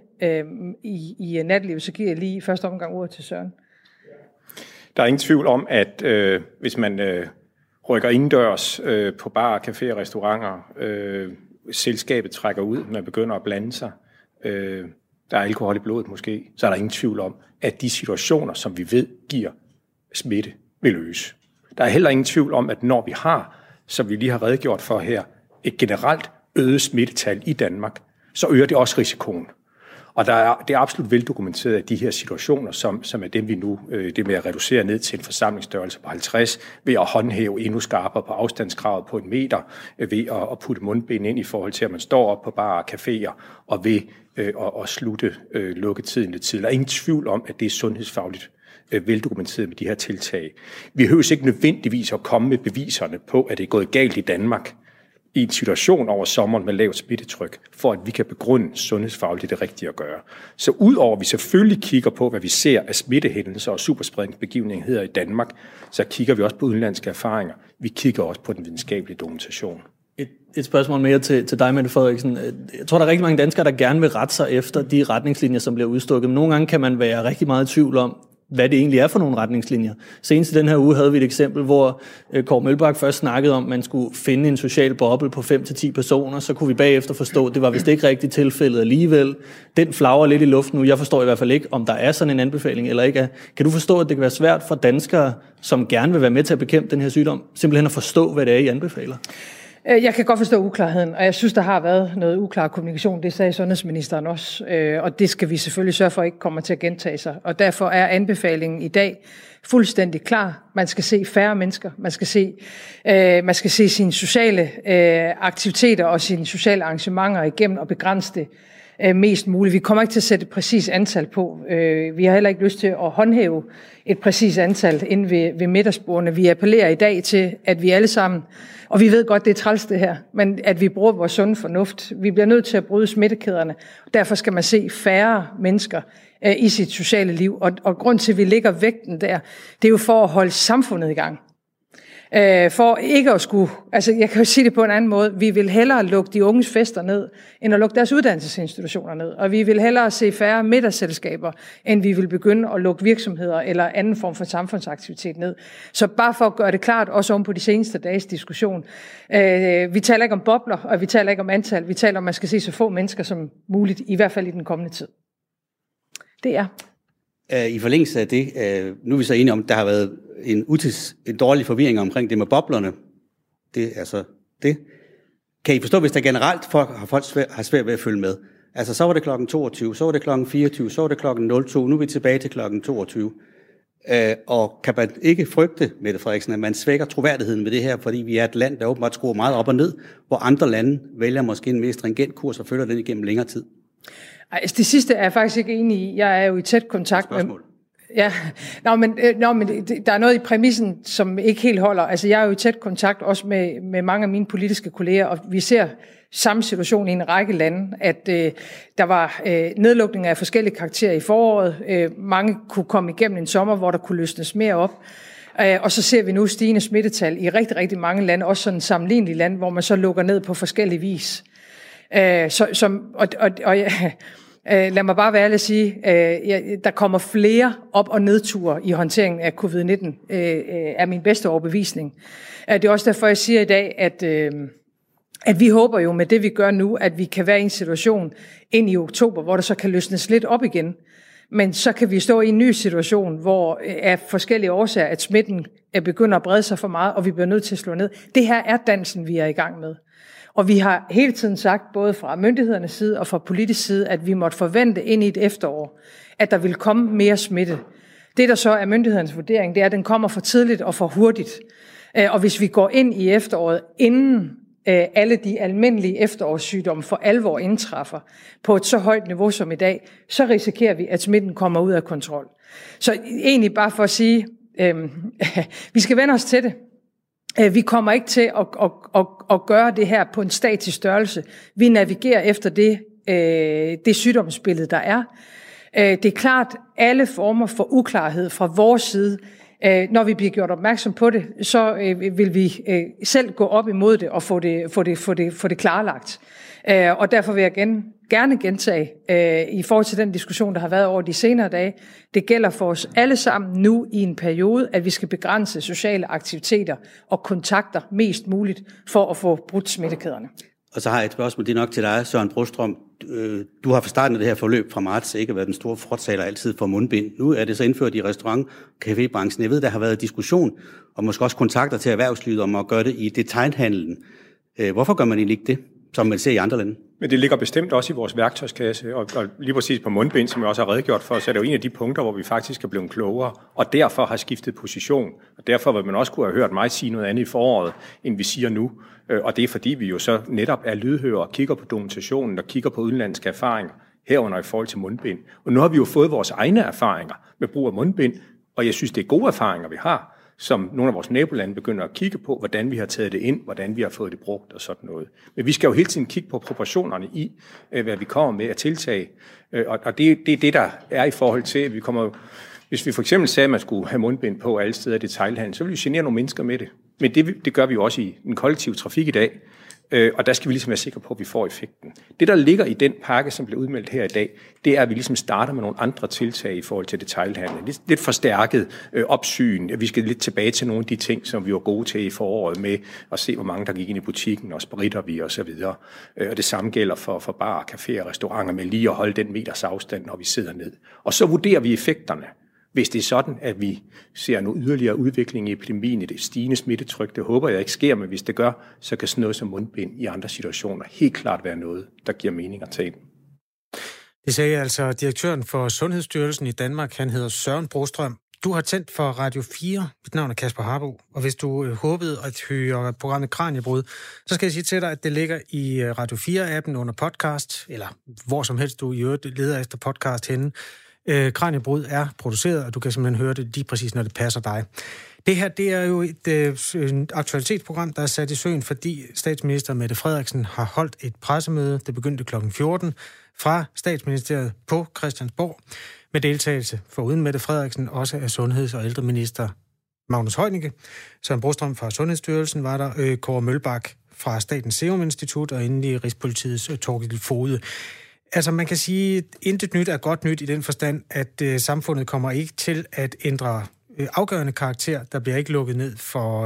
i natlivet, så giver jeg lige i første omgang ordet til Søren. Der er ingen tvivl om, at hvis man rykker indendørs på barer, caféer og restauranter, selskabet trækker ud, man begynder at blande sig, der er alkohol i blodet måske, så er der ingen tvivl om, at de situationer, som vi ved giver smitte, vil løse. Der er heller ingen tvivl om, at når vi har, som vi lige har redegjort for her, et generelt øget smittetal i Danmark, så øger det også risikoen. Og det er absolut veldokumenteret, at de her situationer, som er dem, vi nu, det med at reducere ned til en forsamlingsstørrelse på 50, ved at håndhæve endnu skarpere på afstandskravet på 1 meter, ved at putte mundbind ind i forhold til, at man står op på barer og caféer, og ved at slutte lukketiden lidt tidligere. Der er ingen tvivl om, at det er sundhedsfagligt veldokumenteret med de her tiltag. Vi behøver ikke nødvendigvis at komme med beviserne på, at det er gået galt i Danmark i en situation over sommeren med lavt smittetryk, for at vi kan begrunde sundhedsfagligt det rigtige at gøre. Så udover at vi selvfølgelig kigger på, hvad vi ser af smittehændelser og superspredningsbegivenheder i Danmark, så kigger vi også på udenlandske erfaringer. Vi kigger også på den videnskabelige dokumentation. Et spørgsmål mere til dig, Mette Frederiksen. Jeg tror, der er rigtig mange danskere, der gerne vil rette sig efter de retningslinjer, som bliver udstukket. Men nogle gange kan man være rigtig meget i tvivl om, hvad det egentlig er for nogle retningslinjer. Senest i den her uge havde vi et eksempel, hvor Kåre Mølbak først snakkede om, at man skulle finde en social boble på 5-10 personer. Så kunne vi bagefter forstå, at det var vist ikke rigtigt tilfældet alligevel. Den flagrer lidt i luften nu. Jeg forstår i hvert fald ikke, om der er sådan en anbefaling eller ikke. Kan du forstå, at det kan være svært for danskere, som gerne vil være med til at bekæmpe den her sygdom, simpelthen at forstå, hvad det er, I anbefaler? Jeg kan godt forstå uklarheden, og jeg synes, der har været noget uklar kommunikation. Det sagde sundhedsministeren også, og det skal vi selvfølgelig sørge for ikke kommer til at gentage sig. Og derfor er anbefalingen i dag fuldstændig klar. Man skal se færre mennesker. Man skal se sine sociale aktiviteter og sine sociale arrangementer igennem og begrænse det mest muligt. Vi kommer ikke til at sætte et præcis antal på. Vi har heller ikke lyst til at håndhæve et præcis antal inde ved middagsbordene. Vi appellerer i dag til, at vi alle sammen, og vi ved godt, det er træls det her, men at vi bruger vores sunde fornuft. Vi bliver nødt til at bryde smittekæderne. Derfor skal man se færre mennesker i sit sociale liv. Og grund til, at vi lægger vægten der, det er jo for at holde samfundet i gang. For ikke at skulle, altså jeg kan jo sige det på en anden måde, vi vil hellere lukke de unges fester ned, end at lukke deres uddannelsesinstitutioner ned. Og vi vil hellere se færre middagsselskaber, end vi vil begynde at lukke virksomheder eller anden form for samfundsaktivitet ned. Så bare for at gøre det klart, også oven på de seneste dages diskussion. Vi taler ikke om bobler, og vi taler ikke om antal. Vi taler om, at man skal se så få mennesker som muligt, i hvert fald i den kommende tid. Det er. I forlængelse af det, nu er vi så enige om, at der har været en dårlig forvirring omkring det med boblerne. Det er så det. Kan I forstå, hvis der generelt folk har svært ved at følge med? Altså, så var det klokken 22, så var det klokken 24, så var det klokken 02, nu er vi tilbage til klokken 22. Og kan man ikke frygte, Mette Frederiksen, at man svækker troværdigheden ved det her, fordi vi er et land, der åbenbart skruer meget op og ned, hvor andre lande vælger måske en mere stringent kurs og følger den igennem længere tid? Altså, det sidste er jeg faktisk ikke enig i. Jeg er jo i tæt kontakt med... Ja, men der er noget i præmissen, som ikke helt holder. Altså, jeg er jo i tæt kontakt også med mange af mine politiske kolleger, og vi ser samme situation i en række lande, at der var nedlukninger af forskellige karakterer i foråret. Mange kunne komme igennem en sommer, hvor der kunne løsnes mere op. Og så ser vi nu stigende smittetal i rigtig, rigtig mange lande, også sådan sammenlignelige lande, hvor man så lukker ned på forskellige vis. Lad mig bare være ærlig at sige, der kommer flere op- og nedture i håndteringen af covid-19, er min bedste overbevisning. Det er også derfor, jeg siger i dag, at vi håber jo med det, vi gør nu, at vi kan være i en situation ind i oktober, hvor der så kan løsnes lidt op igen. Men så kan vi stå i en ny situation, hvor af forskellige årsager, at smitten begynder at brede sig for meget, og vi bliver nødt til at slå ned. Det her er dansen, vi er i gang med. Og vi har hele tiden sagt, både fra myndighedernes side og fra politisk side, at vi måtte forvente ind i et efterår, at der vil komme mere smitte. Det, der så er myndighedernes vurdering, det er, at den kommer for tidligt og for hurtigt. Og hvis vi går ind i efteråret, inden alle de almindelige efterårssygdomme for alvor indtræffer på et så højt niveau som i dag, så risikerer vi, at smitten kommer ud af kontrol. Så egentlig bare for at sige, vi skal vende os til det. Vi kommer ikke til at gøre det her på en statisk størrelse. Vi navigerer efter det sygdomsbillede, der er. Det er klart, alle former for uklarhed fra vores side, når vi bliver gjort opmærksom på det, så vil vi selv gå op imod det og få det klarlagt. Og derfor vil jeg gerne gentage i forhold til den diskussion, der har været over de senere dage. Det gælder for os alle sammen nu i en periode, at vi skal begrænse sociale aktiviteter og kontakter mest muligt for at få brudt smittekæderne. Og så har jeg et spørgsmål, det er nok til dig, Søren Brostrøm. Du har fra starten af det her forløb fra marts ikke været den store fortaler altid for mundbind. Nu er det så indført i restaurant- og cafébranchen. Jeg ved, der har været diskussion og måske også kontakter til erhvervslivet om at gøre det i detailhandlen. Hvorfor gør man egentlig ikke det, som man ser i andre lande? Men det ligger bestemt også i vores værktøjskasse, og lige præcis på mundbind, som jeg også har redegjort for, så er det jo en af de punkter, hvor vi faktisk er blevet klogere, og derfor har skiftet position. Og derfor vil man også kunne have hørt mig sige noget andet i foråret, end vi siger nu. Og det er fordi, vi jo så netop er lydhøre og kigger på dokumentationen og kigger på udenlandske erfaringer, herunder i forhold til mundbind. Og nu har vi jo fået vores egne erfaringer med brug af mundbind, og jeg synes, det er gode erfaringer, vi har, som nogle af vores nabolande begynder at kigge på, hvordan vi har taget det ind, hvordan vi har fået det brugt og sådan noget. Men vi skal jo hele tiden kigge på proportionerne i, hvad vi kommer med at tiltage. Og det er det, der er i forhold til, at vi kommer. Hvis vi for eksempel sagde, at man skulle have mundbind på alle steder i detailhandlen, så vil vi genere nogle mennesker med det. Men det gør vi jo også i den kollektive trafik i dag. Og der skal vi ligesom være sikre på, at vi får effekten. Det, der ligger i den pakke, som blev udmeldt her i dag, det er, at vi ligesom starter med nogle andre tiltag i forhold til detailhandlen. Lidt forstærket opsyn. Vi skal lidt tilbage til nogle af de ting, som vi var gode til i foråret med at se, hvor mange der gik ind i butikken, og spritter vi og så videre. Og det samme gælder for barer, caféer og restauranter med lige at holde den meters afstand, når vi sidder ned. Og så vurderer vi effekterne. Hvis det er sådan, at vi ser noget yderligere udvikling i epidemien, i det stigende smittetryk, det håber jeg ikke sker, men hvis det gør, så kan sådan noget som mundbind i andre situationer helt klart være noget, der giver mening at tage. Det sagde altså direktøren for Sundhedsstyrelsen i Danmark, han hedder Søren Brostrøm. Du har tændt for Radio 4. Mit navn er Kasper Harbo, og hvis du håbede at høre programmet Kraniebrud, så skal jeg sige til dig, at det ligger i Radio 4-appen under podcast, eller hvor som helst du i øvrigt leder efter podcast henne. Kraniebrud er produceret, og du kan simpelthen høre det lige præcis, når det passer dig. Det her, det er jo et aktualitetsprogram, der er sat i søen, fordi statsminister Mette Frederiksen har holdt et pressemøde, det begyndte kl. 14, fra statsministeriet på Christiansborg, med deltagelse foruden Mette Frederiksen, også af sundheds- og ældreminister Magnus Heunicke. Søren Brostrøm fra Sundhedsstyrelsen var der, Kåre Mølbak fra Statens Serum Institut, og endelig Rigspolitiets Torkild Foged. Altså man kan sige, at intet nyt er godt nyt i den forstand, at samfundet kommer ikke til at ændre afgørende karakter. Der bliver ikke lukket ned for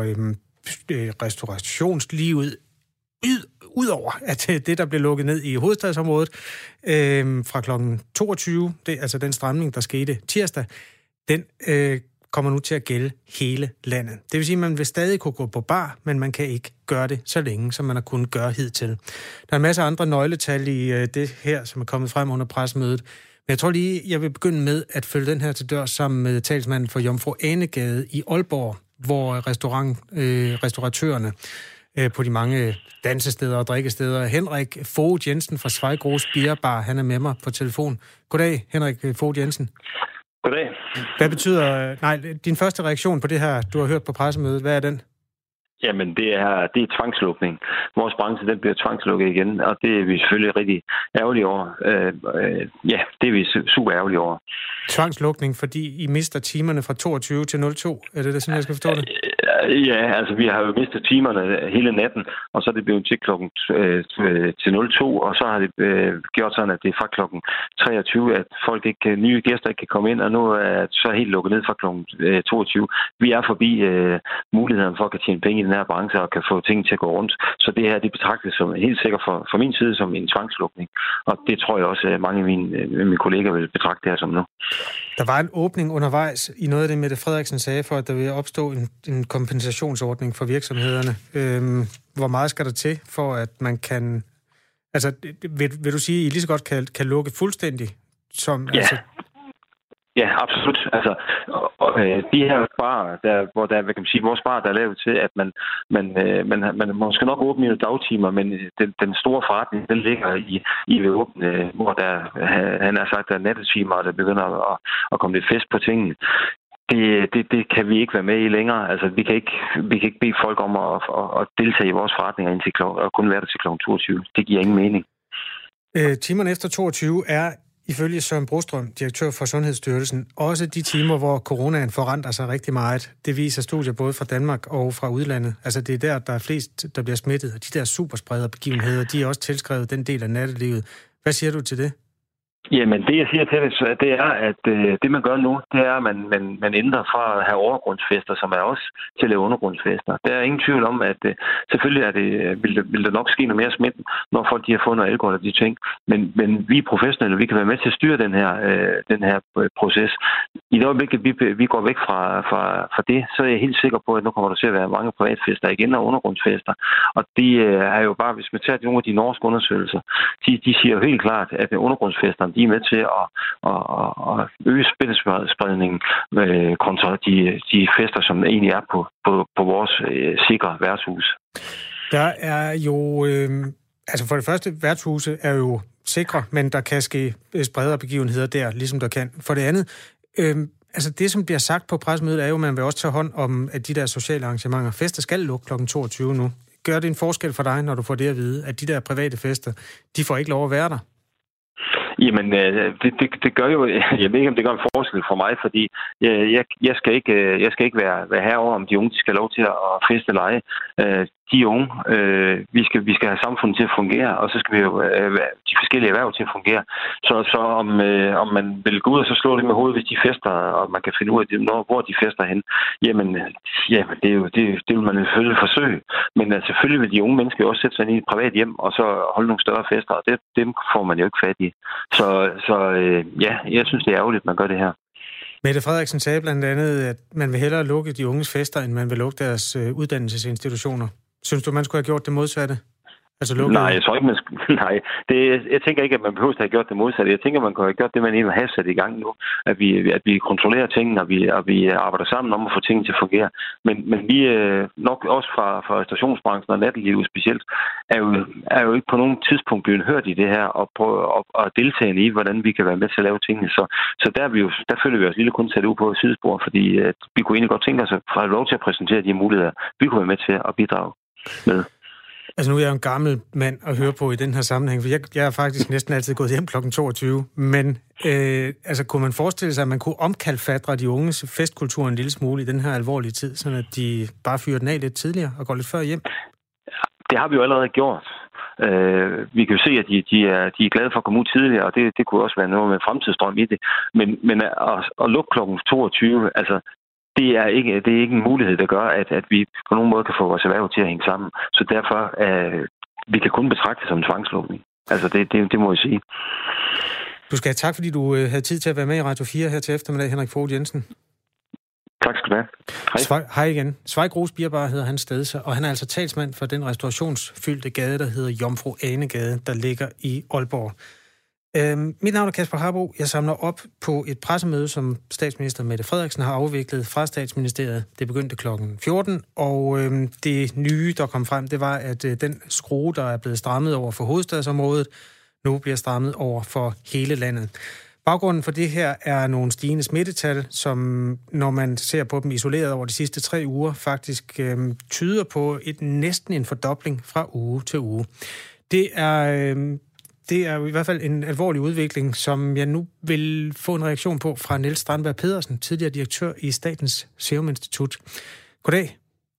restaurationslivet, udover at det, der blev lukket ned i hovedstadsområdet fra kl. 22, det, altså den stramning, der skete tirsdag, den kommer nu til at gælde hele landet. Det vil sige, at man vil stadig kunne gå på bar, men man kan ikke gøre det så længe, som man har kunnet gøre hidtil. Der er en masse andre nøgletal i det her, som er kommet frem under pressemødet. Men jeg tror lige, jeg vil begynde med at følge den her til dør sammen med talsmanden for Jomfru Anegade i Aalborg, hvor restauratørerne på de mange dansesteder og drikkesteder. Henrik Foged Jensen fra Schweigros Bierbar, han er med mig på telefon. Goddag, Henrik Foged Jensen. Goddag. Hvad betyder din første reaktion på det her, du har hørt på pressemødet? Hvad er den? Jamen, det er tvangslukning. Vores branche, den bliver tvangslukket igen, og det er vi selvfølgelig rigtig ærgerlige over. Det er vi super ærgerlige over. Tvangslukning, fordi I mister timerne fra 22 til 02? Er det sådan, jeg skal forstå det? Ja, altså vi har jo mistet timerne hele natten, og så er det blevet til klokken til 02, og så har det gjort sådan, at det er fra klokken 23, at nye gæster ikke kan komme ind, og nu er det så helt lukket ned fra klokken 22. Vi er forbi muligheden for at kan tjene penge i den her branche og kan få ting til at gå rundt. Så det her, det betragtes som helt sikkert fra min side som en tvangslukning, og det tror jeg også, at mange af mine kolleger vil betragte det her som nu. Der var en åbning undervejs i noget af det, Mette Frederiksen sagde, for at der vil opstå en kompensationsordning for virksomhederne. Hvor meget skal der til, for at man kan... Altså, vil du sige, at I lige så godt kan lukke fuldstændig? Ja. Altså... Ja, absolut. Altså, de her barer, hvor der, hvad kan man sige, vores bar, der er lavet til, at man måske nok åbne i dagtimer, men den store forretning, den ligger i ved åbne, hvor han har sagt, der er nattetimer, og der begynder at komme lidt fest på tingene. Det kan vi ikke være med i længere. Altså, vi kan ikke bede folk om at deltage i vores forretninger indtil og kun være der til kl. 22. Det giver ingen mening. Timerne efter 22 er ifølge Søren Brostrøm, direktør for Sundhedsstyrelsen, også de timer, hvor coronaen forandrer sig rigtig meget. Det viser studier både fra Danmark og fra udlandet. Altså det er der er flest, der bliver smittet, og de der supersprederbegivenheder, de er også tilskrevet den del af nattelivet. Hvad siger du til det? Jamen, det jeg siger til det er, at det man gør nu, det er, at man ændrer fra at have overgrundsfester, som er også til at lave undergrundsfester. Der er ingen tvivl om, at selvfølgelig vil der nok ske noget mere smitten, når folk de har fået noget alkohol og de ting. Men vi er professionelle, vi kan være med til at styre den her proces. I det øjeblik, at vi går væk fra det, så er jeg helt sikker på, at nu kommer der til at være mange privatfester igen og undergrundsfester. Og det er jo bare, hvis man tager nogle af de norske undersøgelser, de siger jo helt klart, at undergrundsfesterne, de er med til at øge smittespredningen kontra de fester, som egentlig er på vores sikre værtshus. Der er jo... Altså for det første, værtshuse er jo sikre, men der kan ske sprederbegivenheder der, ligesom der kan. For det andet, altså det, som bliver sagt på pressemødet, er jo, at man vil også tage hånd om, at de der sociale arrangementer. Fester skal lukke kl. 22 nu. Gør det en forskel for dig, når du får det at vide, at de der private fester, de får ikke lov at være der? Jamen, det gør jo... Jeg ved ikke, om det gør en forskel for mig, fordi jeg skal ikke være herover, om de unge skal have lov til at feste og lege. De unge, vi skal have samfundet til at fungere, og så skal vi jo de forskellige erhverv til at fungere. Så om man vil gå ud og så slå det med hovedet, hvis de fester, og man kan finde ud af, hvor de fester hen, jamen det vil man selvfølgelig forsøge. Men selvfølgelig vil de unge mennesker også sætte sig ind i et privat hjem, og så holde nogle større fester, og dem får man jo ikke fat i. Så jeg synes, det er ærgerligt, at man gør det her. Mette Frederiksen sagde blandt andet, at man vil hellere lukke de unges fester, end man vil lukke deres uddannelsesinstitutioner. Synes du, man skulle have gjort det modsatte? Altså lukket? Nej, jeg tror ikke, jeg tænker ikke, at man behøver at have gjort det modsatte. Jeg tænker, at man kunne have gjort det, man egentlig har sat i gang nu. At vi kontrollerer tingene, og vi arbejder sammen om at få tingene til at fungere. Men vi nok også fra restaurationsbranchen og nattelivet specielt, er jo ikke på nogen tidspunkt blevet hørt i det her, og prøve at deltage i, hvordan vi kan være med til at lave tingene. Så der føler vi os lille kun sat ud på sidespor, fordi vi kunne egentlig godt tænke os at have lov til at præsentere de muligheder, vi kunne være med til at bidrage med. Altså nu er jeg jo en gammel mand at høre på i den her sammenhæng, for jeg er faktisk næsten altid gået hjem kl. 22. Men kunne man forestille sig, at man kunne omkalfatre de unges festkultur en lille smule i den her alvorlige tid, sådan at de bare fyrer den af lidt tidligere og går lidt før hjem? Det har vi jo allerede gjort. Vi kan jo se, at de er glade for at komme ud tidligere, og det kunne også være noget med fremtidsdrøm i det. Men at lukke kl. 22, altså det er ikke en mulighed, der gør, at vi på nogen måde kan få vores erhverv til at hænge sammen. Så derfor vi kan kun betragte det som en tvangslukning. Altså det må jeg sige. Du skal have tak, fordi du havde tid til at være med i Radio 4 her til eftermiddag, Henrik Fogh Jensen. Tak skal du have. Hej. Hej igen. Zweig Rosbierbar hedder hans sted, og han er altså talsmand for den restaurationsfyldte gade, der hedder Jomfru Ane-gade, der ligger i Aalborg. Mit navn er Kasper Harbo. Jeg samler op på et pressemøde, som statsminister Mette Frederiksen har afviklet fra statsministeriet. Det begyndte kl. 14, og det nye, der kom frem, det var, at den skrue, der er blevet strammet over for hovedstadsområdet, nu bliver strammet over for hele landet. Baggrunden for det her er nogle stigende smittetal, som når man ser på dem isoleret over de sidste 3 uger, faktisk tyder på næsten en fordobling fra uge til uge. Det er jo i hvert fald en alvorlig udvikling, som jeg nu vil få en reaktion på fra Niels Strandberg Pedersen, tidligere direktør i Statens Serum Institut. Goddag.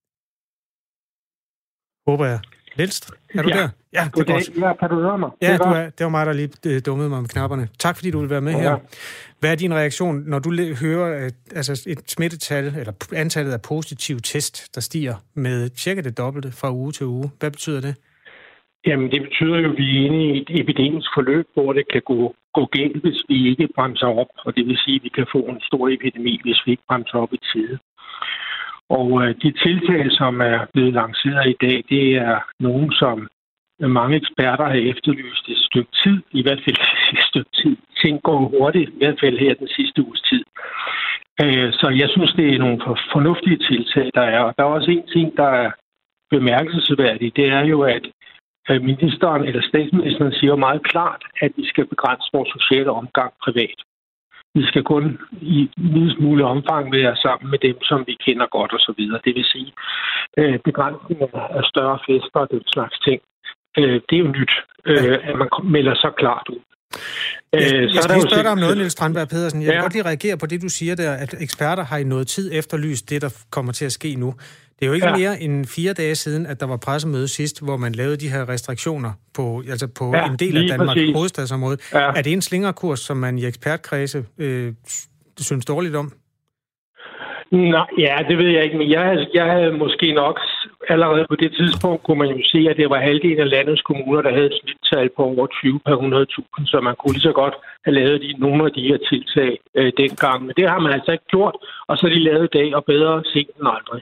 Håber jeg. Niels, er du der? Ja, det er godt. Ja, kan du høre mig? Ja, det var mig, der lige dummede mig med knapperne. Tak, fordi du vil være med her. Hvad er din reaktion, når du hører et smittetal, eller antallet af positive test, der stiger med cirka det dobbelte fra uge til uge? Hvad betyder det? Jamen, det betyder jo, at vi er inde i et epidemisk forløb, hvor det kan gå galt, hvis vi ikke bremser op. Og det vil sige, at vi kan få en stor epidemi, hvis vi ikke bremser op i tide. Og de tiltag, som er blevet lanceret i dag, det er nogen, som mange eksperter har efterlyst et stykke tid, i hvert fald det sidste stykke tid. Ting går hurtigt, i hvert fald her den sidste uges tid. Så jeg synes, det er nogle fornuftige tiltag, der er. Og der er også en ting, der er bemærkelsesværdig. Det er jo, at ministeren eller statsministeren siger meget klart, at vi skal begrænse vores sociale omgang privat. Vi skal kun i videst mulig omfang være sammen med dem, som vi kender godt og så videre. Det vil sige, begrænsning af større fester og den slags ting. Det er jo nyt, at man melder så klart ud. Jeg skal lige spørge dig om noget, Niels Strandberg Pedersen. Jeg vil godt lige reagere på det, du siger der, at eksperter har i noget tid efterlyst det, der kommer til at ske nu. Det er jo ikke mere end 4 dage siden, at der var pressemøde sidst, hvor man lavede de her restriktioner på en del af Danmark, hovedstadsområdet. Ja. Er det en slingerkurs, som man i ekspertkredse synes dårligt om? Nej, ja, det ved jeg ikke, men jeg havde måske nok allerede på det tidspunkt, kunne man jo se, at det var halvdelen af landets kommuner, der havde et snittal på over 20 per 100.000, så man kunne lige så godt have lavet nogle af de her tiltag dengang. Men det har man altså ikke gjort, og så er de lavet i dag, og bedre sent end aldrig.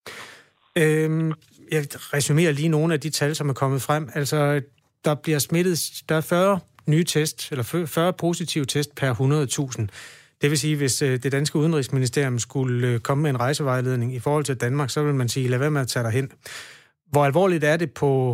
Jeg resumerer lige nogle af de tal, som er kommet frem. Altså, der bliver smittet, der er 40 nye test, eller 40 positive test per 100.000. Det vil sige, hvis det danske udenrigsministerium skulle komme med en rejsevejledning i forhold til Danmark, så vil man sige, lad være med at tage derhen. Hvor alvorligt er det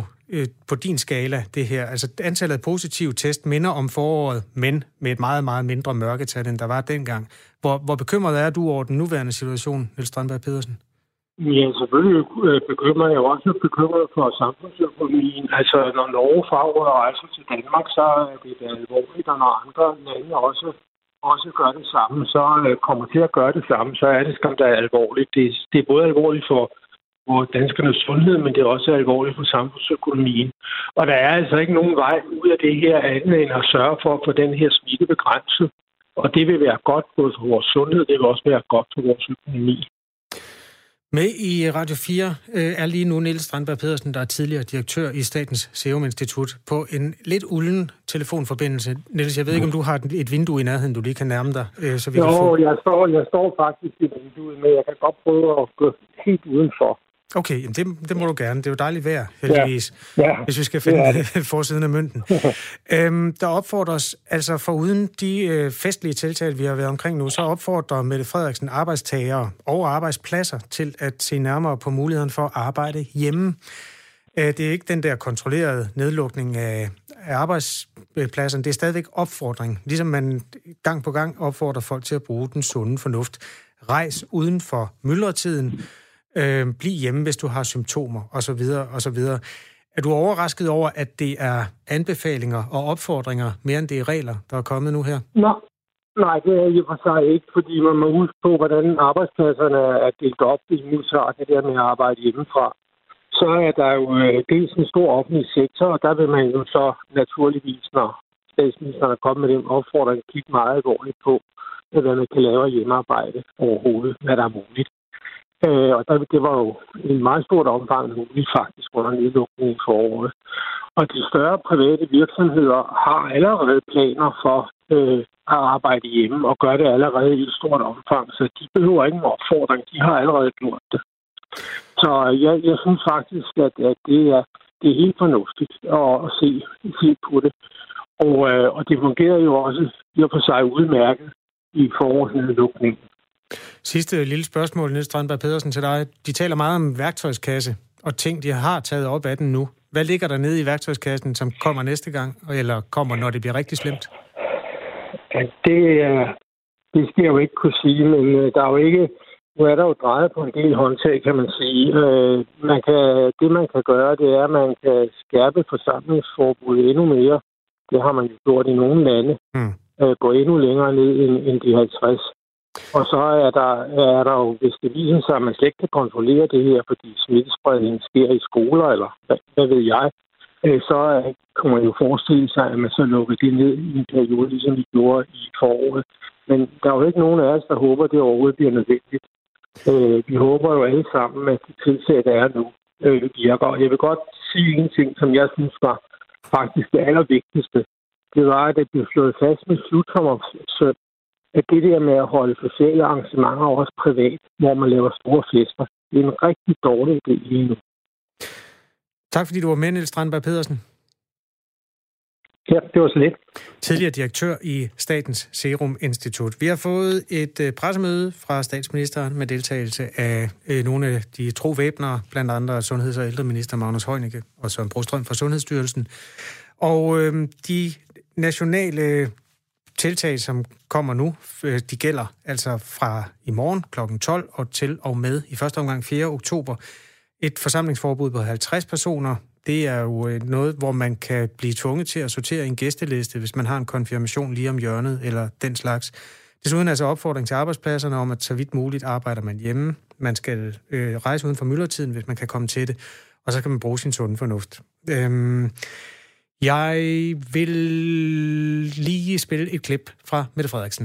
på din skala, det her? Altså, antallet af positive test minder om foråret, men med et meget, meget mindre mørketal, end der var dengang. Hvor bekymret er du over den nuværende situation, Niels Strandberg Pedersen? Ja, selvfølgelig bekymrer jeg også bekymret for samfundsøkonomien. Altså, når Norge fraråder rejser til Danmark, så er det alvorligt, og når andre lande også gør det samme, så kommer til at gøre det samme, så er det skam da alvorligt. Det er både alvorligt for danskernes sundhed, men det er også alvorligt for samfundsøkonomien. Og der er altså ikke nogen vej ud af det her andet end at sørge for at få den her smitte begrænset. Og det vil være godt både for vores sundhed, det vil også være godt for vores økonomi. Med i Radio 4 er lige nu Niels Strandberg Pedersen, der er tidligere direktør i Statens Serum Institut, på en lidt ulden telefonforbindelse. Niels, jeg ved ikke, om du har et vindue i nærheden, du lige kan nærme dig, så vi kan få... jeg står faktisk i vinduet, men jeg kan godt prøve at gå helt udenfor. Okay, jamen det må du gerne. Det er jo dejligt vejr, heldigvis, hvis vi skal finde forsiden af mønten. Der opfordres, altså foruden de festlige tiltag, vi har været omkring nu, så opfordrer Mette Frederiksen arbejdstagere og arbejdspladser til at se nærmere på muligheden for at arbejde hjemme. Det er ikke den der kontrollerede nedlukning af arbejdspladsen. Det er stadigvæk opfordring. Ligesom man gang på gang opfordrer folk til at bruge den sunde fornuft. Rejs uden for myldretiden. Bliv hjemme, hvis du har symptomer, osv. osv. Er du overrasket over, at det er anbefalinger og opfordringer, mere end det er regler, der er kommet nu her? Nej, det er i og for sig ikke, fordi man må huske på, hvordan arbejdspladserne er delt op i modsat det der med at arbejde hjemmefra. Så er der jo dels en stor offentlig sektor, og der vil man jo så naturligvis, når statsministeren er kommet med den opfordring, kigge meget alvorligt på, hvad man kan lave hjemmearbejde overhovedet, hvad der er muligt. Og det var jo en meget stort omfang muligt faktisk under nedlukningen i foråret. Og de større private virksomheder har allerede planer for at arbejde hjemme og gør det allerede i et stort omfang, så de behøver ikke en opfordring. De har allerede gjort det. Så jeg synes faktisk, at det er helt fornuftigt at se på det. Og det fungerer jo også i og for sig udmærket i forårsnedlukningen. Sidste lille spørgsmål, Niels Strandberg Pedersen, til dig. De taler meget om værktøjskasse og ting, de har taget op af den nu. Hvad ligger der nede i værktøjskassen, som kommer næste gang, eller kommer, når det bliver rigtig slemt? at det skal jeg jo ikke kunne sige, men der er jo ikke... Nu er der jo drejet på en del håndtag, kan man sige. Det man kan gøre, det er, at man kan skærpe forsamlingsforbuddet endnu mere. Det har man jo gjort i nogle lande. Gå endnu længere ned end de 50. Og så er der jo, hvis det viser sig, at man slet ikke kan kontrollere det her, fordi smittespredningen sker i skoler, eller hvad ved jeg, så kunne man jo forestille sig, at man så lukker det ned i en periode, ligesom vi gjorde i foråret. Men der er jo ikke nogen af os, der håber, at det overhovedet bliver nødvendigt. Vi håber jo alle sammen, at de tiltag, der er nu, virker. Og jeg vil godt sige en ting, som jeg synes var faktisk det allervigtigste. Det var, at det blev slået fast med sluttommersøn, at det der med at holde sociale arrangementer også privat, hvor man laver store fester, det er en rigtig dårlig idé lige nu. Tak fordi du var med, Niels Strandberg Pedersen. Ja, det var så lidt. Tidligere direktør i Statens Serum Institut. Vi har fået et pressemøde fra statsministeren med deltagelse af nogle af de tro væbnere, blandt andre sundheds- og ældreminister Magnus Heunicke og Søren Brostrøm fra Sundhedsstyrelsen. Og de nationale tiltag, som kommer nu, de gælder altså fra i morgen kl. 12 og til og med i første omgang 4. oktober. Et forsamlingsforbud på 50 personer. Det er jo noget, hvor man kan blive tvunget til at sortere en gæsteliste, hvis man har en konfirmation lige om hjørnet eller den slags. Desuden altså opfordring til arbejdspladserne om, at så vidt muligt arbejder man hjemme. Man skal rejse uden for myldretiden, hvis man kan komme til det. Og så kan man bruge sin sunde fornuft. Jeg vil lige spille et klip fra Mette Frederiksen.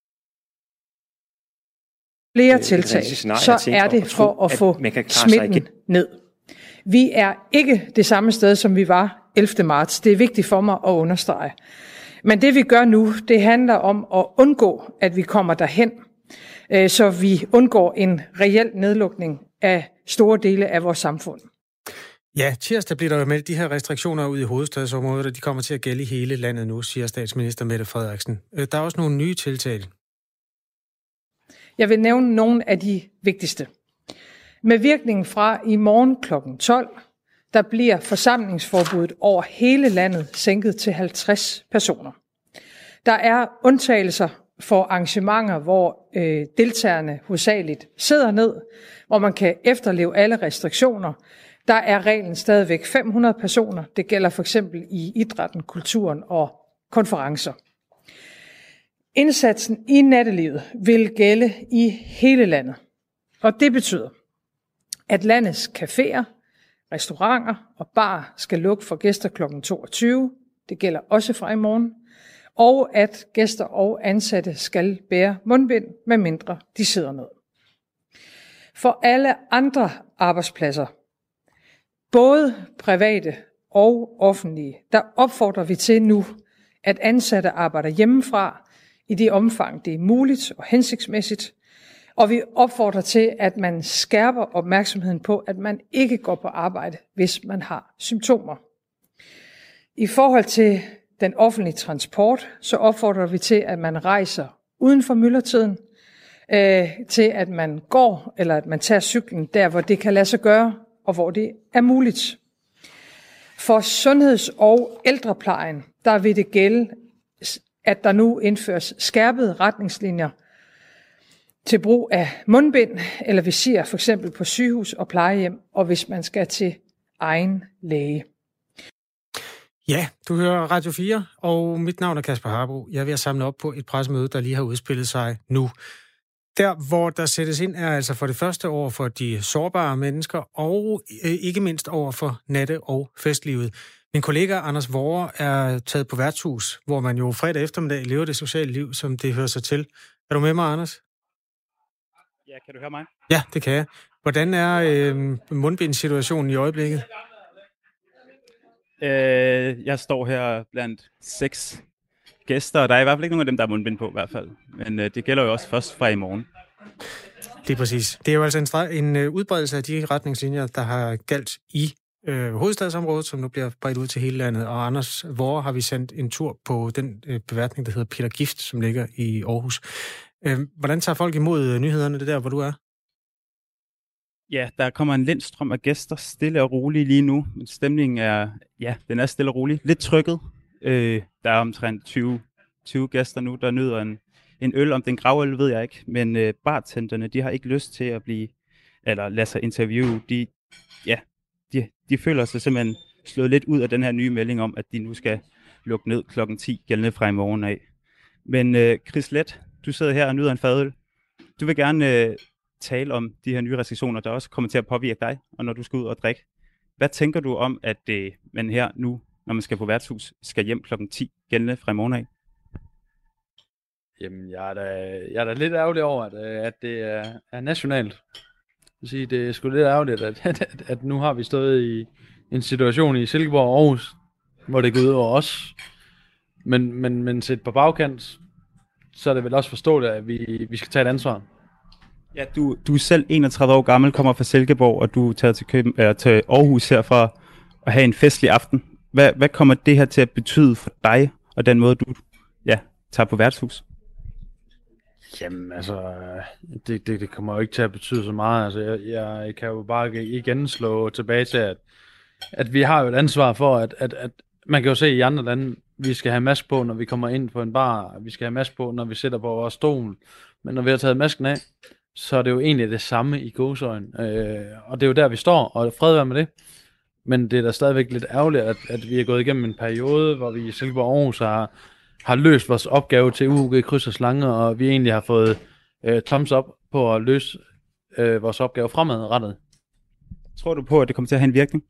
Flere tiltag, så er det for at få smitten ned. Vi er ikke det samme sted, som vi var 11. marts. Det er vigtigt for mig at understrege. Men det vi gør nu, det handler om at undgå, at vi kommer derhen, så vi undgår en reel nedlukning af store dele af vores samfund. Ja, tirsdag bliver der jo meldt de her restriktioner ud i hovedstadsområdet, og de kommer til at gælde i hele landet nu, siger statsminister Mette Frederiksen. Der er også nogle nye tiltag. Jeg vil nævne nogle af de vigtigste. Med virkning fra i morgen kl. 12, der bliver forsamlingsforbuddet over hele landet sænket til 50 personer. Der er undtagelser for arrangementer, hvor deltagerne hovedsageligt sidder ned, hvor man kan efterleve alle restriktioner. Der er reglen stadigvæk 500 personer. Det gælder for eksempel i idrætten, kulturen og konferencer. Indsatsen i nattelivet vil gælde i hele landet. Og det betyder, at landets caféer, restauranter og barer skal lukke for gæster kl. 22. Det gælder også fra i morgen. Og at gæster og ansatte skal bære mundbind, medmindre de sidder ned. For alle andre arbejdspladser, både private og offentlige, der opfordrer vi til nu, at ansatte arbejder hjemmefra i det omfang, det er muligt og hensigtsmæssigt. Og vi opfordrer til, at man skærper opmærksomheden på, at man ikke går på arbejde, hvis man har symptomer. I forhold til den offentlige transport, så opfordrer vi til, at man rejser uden for myldretiden, til at man går eller at man tager cyklen der, hvor det kan lade sig gøre, og hvor det er muligt. For sundheds- og ældreplejen, der vil det gælde, at der nu indføres skærpede retningslinjer til brug af mundbind eller visir, for eksempel på sygehus og plejehjem, og hvis man skal til egen læge. Ja, du hører Radio 4, og mit navn er Kasper Harbo. Jeg er ved at samle op på et pressemøde, der lige har udspillet sig nu. Der, hvor der sættes ind, er altså for det første over for de sårbare mennesker, og ikke mindst over for natte- og festlivet. Min kollega Anders Vore er taget på værtshus, hvor man jo fredag eftermiddag lever det sociale liv, som det hører sig til. Er du med mig, Anders? Ja, kan du høre mig? Ja, det kan jeg. Hvordan er mundbindssituationen i øjeblikket? Jeg står her blandt 6 gæster, og der er i hvert fald ikke nogen af dem, der er mundbind på i hvert fald. Men det gælder jo også først fra i morgen. Det er præcis. Det er jo altså en udbredelse af de retningslinjer, der har galt i hovedstadsområdet, som nu bliver bredt ud til hele landet. Og Anders, hvor har vi sendt en tur på den beværtning, der hedder Peter Gift, som ligger i Aarhus. Hvordan tager folk imod nyhederne, det der, hvor du er? Ja, der kommer en lindstrøm af gæster, stille og roligt lige nu. Stemningen er, den er stille og rolig. Lidt trykket. Der er omtrent 20 20 gæster nu, der nyder en øl. Om den gravøl, ved jeg ikke. Men bartenderne, de har ikke lyst til at lade sig interviewe. De føler sig simpelthen slået lidt ud af den her nye melding om, at de nu skal lukke ned klokken 10, gældende fra i morgen af. Men Chris Leth, du sidder her og nyder en fadøl. Du vil gerne tale om de her nye restriktioner, der også kommer til at påvirke dig, og når du skal ud og drikke. Hvad tænker du om, at man her nu, når man skal på værtshus, skal hjem klokken 10, gældende fra i morgen af? Jamen, jeg er da lidt ærgerlig over, at det er nationalt. Det er sgu lidt ærgerligt, at nu har vi stået i en situation i Silkeborg og Aarhus, hvor det går ud over os. Men set på bagkant, så er det vel også forståeligt, at vi skal tage et ansvar. Ja, du er selv 31 år gammel, kommer fra Silkeborg, og du er taget til Aarhus her for at have en festlig aften. Hvad kommer det her til at betyde for dig, og den måde, du tager på værtshus? Jamen, altså, det kommer jo ikke til at betyde så meget. Altså, jeg kan jo bare igen slå tilbage til, at vi har jo et ansvar for, at man kan jo se i andre lande, vi skal have maske på, når vi kommer ind på en bar, vi skal have maske på, når vi sidder på vores stol, men når vi har taget masken af, så er det jo egentlig det samme i gåseøjne. Og det er jo der, vi står, og fred være med det. Men det er da stadigvæk lidt ærgerligt, at vi er gået igennem en periode, hvor vi i Silkeborg Aarhus har løst vores opgave til UUG kryds og slange, og vi egentlig har fået thumbs up på at løse vores opgave fremadrettet. Tror du på, at det kommer til at have en virkning?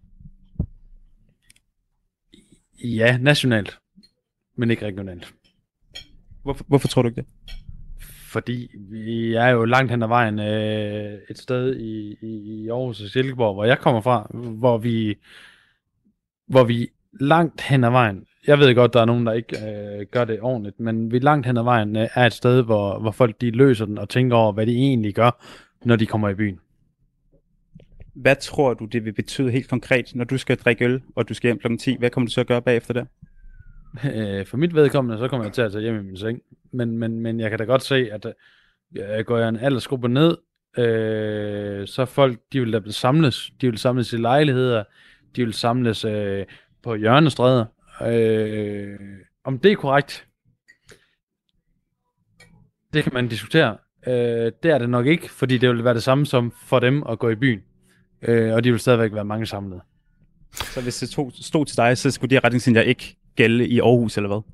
Ja, nationalt, men ikke regionalt. Hvorfor tror du ikke det? Fordi vi er jo langt hen ad vejen et sted i Aarhus og Silkeborg, hvor jeg kommer fra, hvor vi langt hen ad vejen, jeg ved godt, der er nogen, der ikke gør det ordentligt, men vi langt hen ad vejen er et sted, hvor folk de løser den og tænker over, hvad de egentlig gør, når de kommer i byen. Hvad tror du, det vil betyde helt konkret, når du skal drikke øl, og du skal hjem kl. 10? Hvad kommer du så at gøre bagefter det? For mit vedkommende, så kommer jeg til at tage hjem i min seng. Men jeg kan da godt se, at går jeg en aldersgruppe ned, så folk, de vil da samles. De vil samles i lejligheder. De vil samles på hjørnestræder. Om det er korrekt, det kan man diskutere. Det er det nok ikke, fordi det vil være det samme som for dem at gå i byen. Og de vil stadigvæk være mange samlet. Så hvis det stod til dig, så skulle de retningslinjer ikke gælde i Aarhus, eller hvad?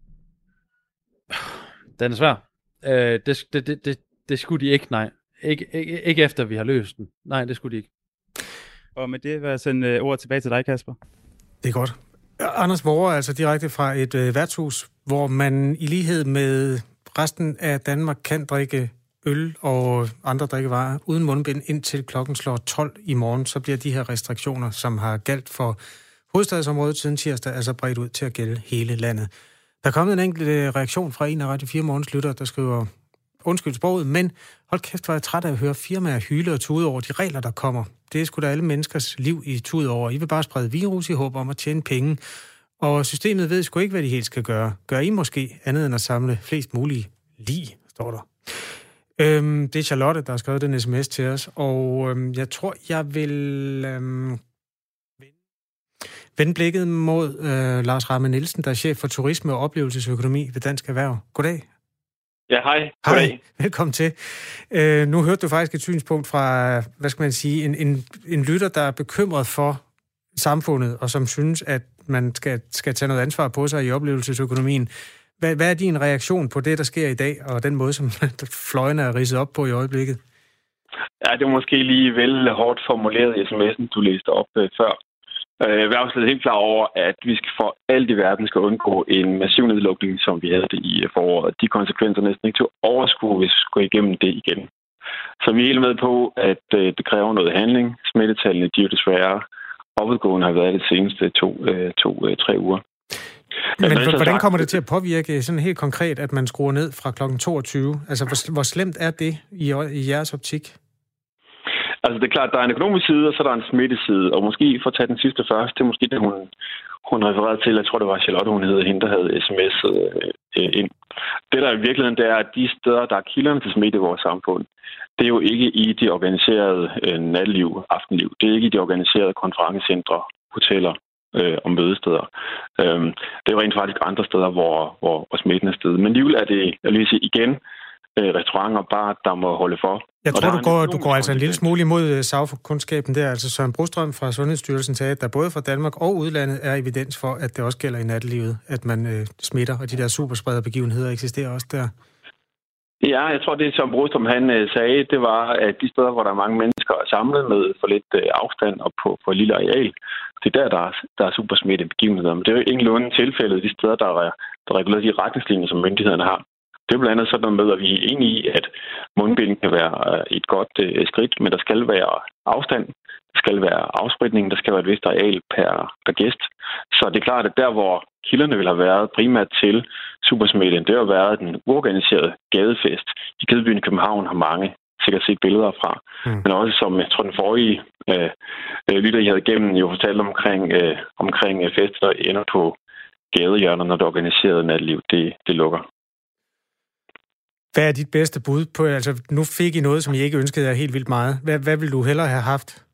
Den er svær. Det skulle de ikke, nej. Ikke efter vi har løst den. Nej, det skulle de ikke. Og med det vil jeg sende ord tilbage til dig, Kasper. Det er godt. Anders Vore, altså direkte fra et værtshus, hvor man i lighed med resten af Danmark kan drikke øl og andre drikkevarer uden mundbind indtil klokken slår 12 i morgen, så bliver de her restriktioner, som har galt for hovedstadsområdet siden tirsdag, altså bredt ud til at gælde hele landet. Der er kommet en enkelt reaktion fra en af Radio 4 Morgens lytter, der skriver, undskyld sproget, men hold kæft, hvor er jeg træt af at høre firmaer hyle og tude over de regler, der kommer. Det er sgu da alle menneskers liv i tude over. I vil bare sprede virus i håb om at tjene penge. Og systemet ved sgu ikke, hvad de helt skal gøre. Gør I måske andet end at samle flest mulige lig, står der. Det er Charlotte, der har skrevet den sms til os, og jeg tror, jeg vil vende blikket mod Lars Ramme Nielsen, der er chef for turisme og oplevelsesøkonomi ved Dansk Erhverv. Goddag. Ja, hej. Hej, velkommen til. Nu hørte du faktisk et synspunkt fra, hvad skal man sige, en lytter, der er bekymret for samfundet, og som synes, at man skal tage noget ansvar på sig i oplevelsesøkonomien. Hvad er din reaktion på det, der sker i dag, og den måde, som fløjene er ridset op på i øjeblikket? Ja, det var måske lige vel hårdt formuleret i sms'en, du læste op før. Jeg er også helt klar over, at vi for alt i verden skal undgå en massiv nedlukning, som vi havde det i foråret. De konsekvenser næsten ikke til at overskue, hvis vi skulle igennem det igen. Så vi er helt med på, at det kræver noget handling. Smittetallene, de er jo desværre opadgående, har været det seneste 2-3 uger. Men hvordan kommer det til at påvirke sådan helt konkret, at man skruer ned fra kl. 22? Altså, hvor slemt er det i jeres optik? Altså, det er klart, der er en økonomisk side, og så er der en smitteside. Og måske, for at tage den sidste først, det er måske det, hun refererede til. Jeg tror, det var Charlotte, hun hed, hende, der havde sms'et ind. Det, der i virkeligheden, det er, at de steder, der er kilderne til smitte i vores samfund, det er jo ikke i de organiserede natteliv, aftenliv. Det er ikke i de organiserede konferencecentre, hoteller om mødesteder. Det er jo rent faktisk andre steder, hvor smitten er steget. Men alligevel er det, jeg vil sige igen, restauranter og bar, der må holde for. Jeg tror, du går altså en lille smule imod sagkundskaben der. Altså Søren Brostrøm fra Sundhedsstyrelsen sagde, at der både fra Danmark og udlandet er evidens for, at det også gælder i nattelivet, at man smitter, og de der supersprederbegivenheder eksisterer også der. Ja, jeg tror, det som Brostrøm han sagde, det var, at de steder, hvor der er mange mennesker er samlet med for lidt afstand og på et lille areal, det er der er supersmittebegivenheder. Men det er jo ikke nogen tilfælde de steder, der regulerer de retningslinjer, som myndighederne har. Det er blandt andet sådan noget med, at vi er enige i, at mundbind kan være et godt skridt, men der skal være afstand, der skal være afspritning, der skal være et vist areal per gæst. Så det er klart, at der, hvor kilderne vil have været primært til supersmitten, det har været den uorganiserede gadefest. I Gedebyen i København har mange sikkert set billeder fra. Men også som, jeg tror, den forrige lytter, I havde igennem, jo fortalt omkring fester, der ender på gadehjørner, når det organiserede natliv, det lukker. Hvad er dit bedste bud på? Altså, nu fik I noget, som I ikke ønskede jer helt vildt meget. Hvad ville du hellere have haft?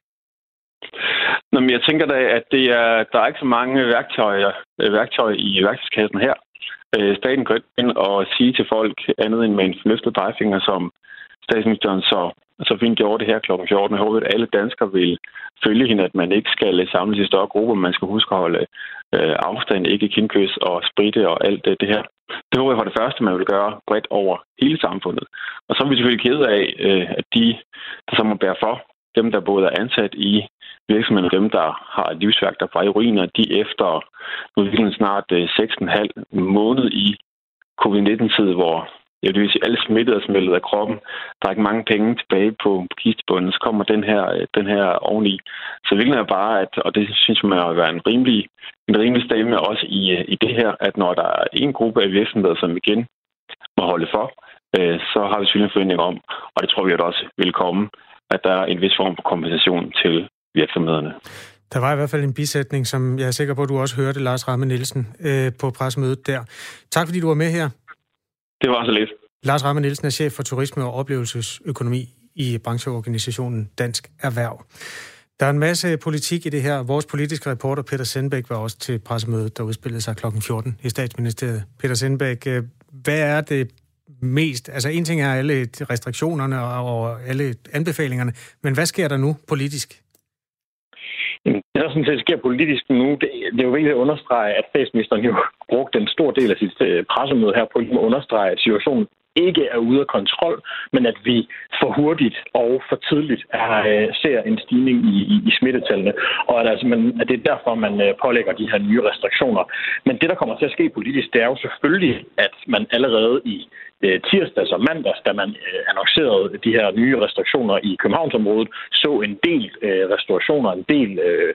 Nå, men jeg tænker da, at der er ikke så mange værktøjer i værktøjskassen her. Staten kan ind og sige til folk andet end med en forløftet pegefinger, som statsministeren så fint gjorde det her kl. 14. Jeg håber, at alle danskere vil følge hende, at man ikke skal samles i større grupper. Man skal huske at holde afstand, ikke kindkys og spritte og alt det her. Det håber jeg for det første, man vil gøre bredt over hele samfundet. Og så er vi selvfølgelig kede af, at de, der så må bære for, dem der både er ansat i virksomheden og dem, der har et livsværk, der fra uriner, de efter nu snart 6,5 måned i covid-19-tid, hvor jeg vil sige, alle smittet er smeltet af kroppen. Der er ikke mange penge tilbage på kistebunden, så kommer den her oveni. Så virkelig er bare, og det synes jeg må være en rimelig stemme også i det her, at når der er en gruppe af virksomheder, som igen må holde for, så har vi selvfølgelig en forventning om, og det tror vi at også vil komme, at der er en vis form for kompensation til virksomhederne. Der var i hvert fald en bisætning, som jeg er sikker på, at du også hørte, Lars Ramme Nielsen, på pressemødet der. Tak fordi du var med her. Det var så lidt. Lars Ramme Nielsen er chef for turisme og oplevelsesøkonomi i brancheorganisationen Dansk Erhverv. Der er en masse politik i det her. Vores politiske reporter Peter Sindbæk var også til pressemødet, der udspillede sig kl. 14 i Statsministeriet. Peter Sindbæk, hvad er det mest? Altså en ting er alle restriktionerne og alle anbefalingerne, men hvad sker der nu politisk? Det, der sådan set sker politisk nu, det er jo vigtigt at understrege, at statsministeren jo brugte en stor del af sit pressemøde her på at understrege, at situationen ikke er ude af kontrol, men at vi for hurtigt og for tidligt ser en stigning i smittetallene, og at det er derfor, man pålægger de her nye restriktioner. Men det, der kommer til at ske politisk, det er jo selvfølgelig, at man allerede i tirsdags og mandags, da man annoncerede de her nye restriktioner i Københavnsområdet, så en del restaurationer, en del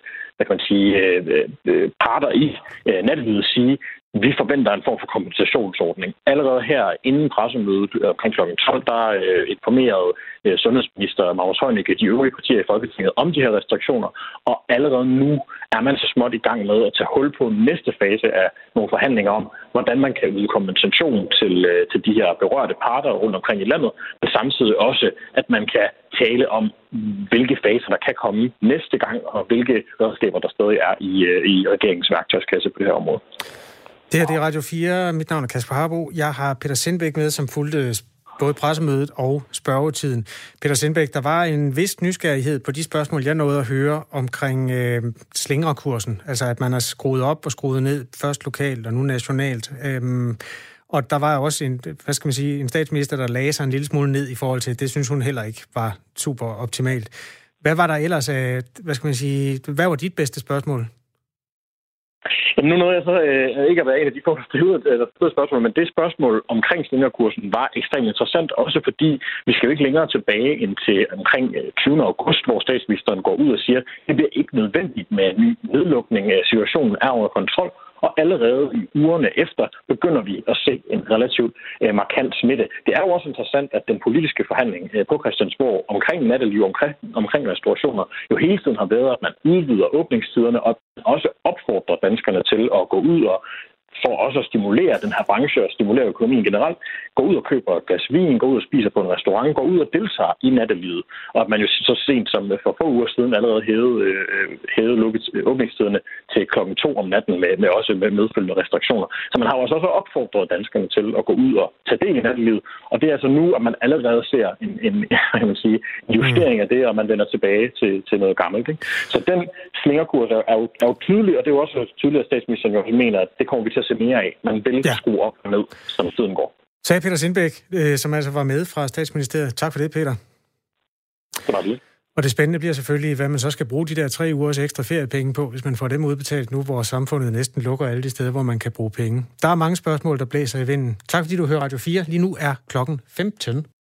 parter i nattelivet sige, vi forventer en form for kompensationsordning. Allerede her inden pressemødet omkring kl. 12, der informerede sundhedsminister Magnus Heunicke de øvrige partier i Folketinget om de her restriktioner, og allerede nu er man så småt i gang med at tage hul på næste fase af nogle forhandlinger om, hvordan man kan yde kompensation til de her berørte parter rundt omkring i landet, men samtidig også, at man kan tale om, hvilke faser der kan komme næste gang, og hvilke redskaber der stadig er i regeringens værktøjskasse på det her område. Det her det er Radio 4. Mit navn er Kasper Harbo. Jeg har Peter Sindbæk med, som fulgte både pressemødet og spørgetiden. Peter Sindbæk, der var en vis nysgerrighed på de spørgsmål, jeg nåede at høre omkring slingrekursen. Altså at man har skruet op og skruet ned, først lokalt og nu nationalt. Og der var også en statsminister, der lagde sig en lille smule ned i forhold til, det synes hun heller ikke var super optimalt. Hvad var der ellers af, hvad var dit bedste spørgsmål? Jamen nu nåede jeg så ikke at være en af de få, der stillede spørgsmål, men det spørgsmål omkring slingrekursen var ekstremt interessant, også fordi vi skal jo ikke længere tilbage end til omkring 20. august, hvor statsministeren går ud og siger, at det bliver ikke nødvendigt med en ny nedlukning. Situationen er under kontrol, og allerede i ugerne efter begynder vi at se en relativt markant smitte. Det er jo også interessant, at den politiske forhandling på Christiansborg omkring natteliv, omkring restaurationer, jo hele tiden har været, at man udvider åbningstiderne og også opfordrer danskerne til at gå ud og for også at stimulere den her branche og stimulere økonomien generelt, går ud og køber et glas vin, går ud og spiser på en restaurant, går ud og deltager i nattelivet. Og at man jo så sent som for få uger siden allerede hævede åbningstiderne til 2:00 om natten med også med medfølgende restriktioner. Så man har også opfordret danskerne til at gå ud og tage del i nattelivet. Og det er altså nu, at man allerede ser en justering af det, og man vender tilbage til noget gammelt. Ikke? Så den slingerkurs er jo tydelig, og det er jo også tydeligt, at statsministeren jo mener, at det kommer vi til at se mere af. Man vil skrue op og ned, som tiden går. Sagde Peter Sindbæk, som altså var med fra Statsministeriet. Tak for det, Peter. Det var det. Og det spændende bliver selvfølgelig, hvad man så skal bruge de der 3 ugers ekstra feriepenge på, hvis man får dem udbetalt nu, hvor samfundet næsten lukker alle de steder, hvor man kan bruge penge. Der er mange spørgsmål, der blæser i vinden. Tak fordi du hører Radio 4. Lige nu er klokken 15.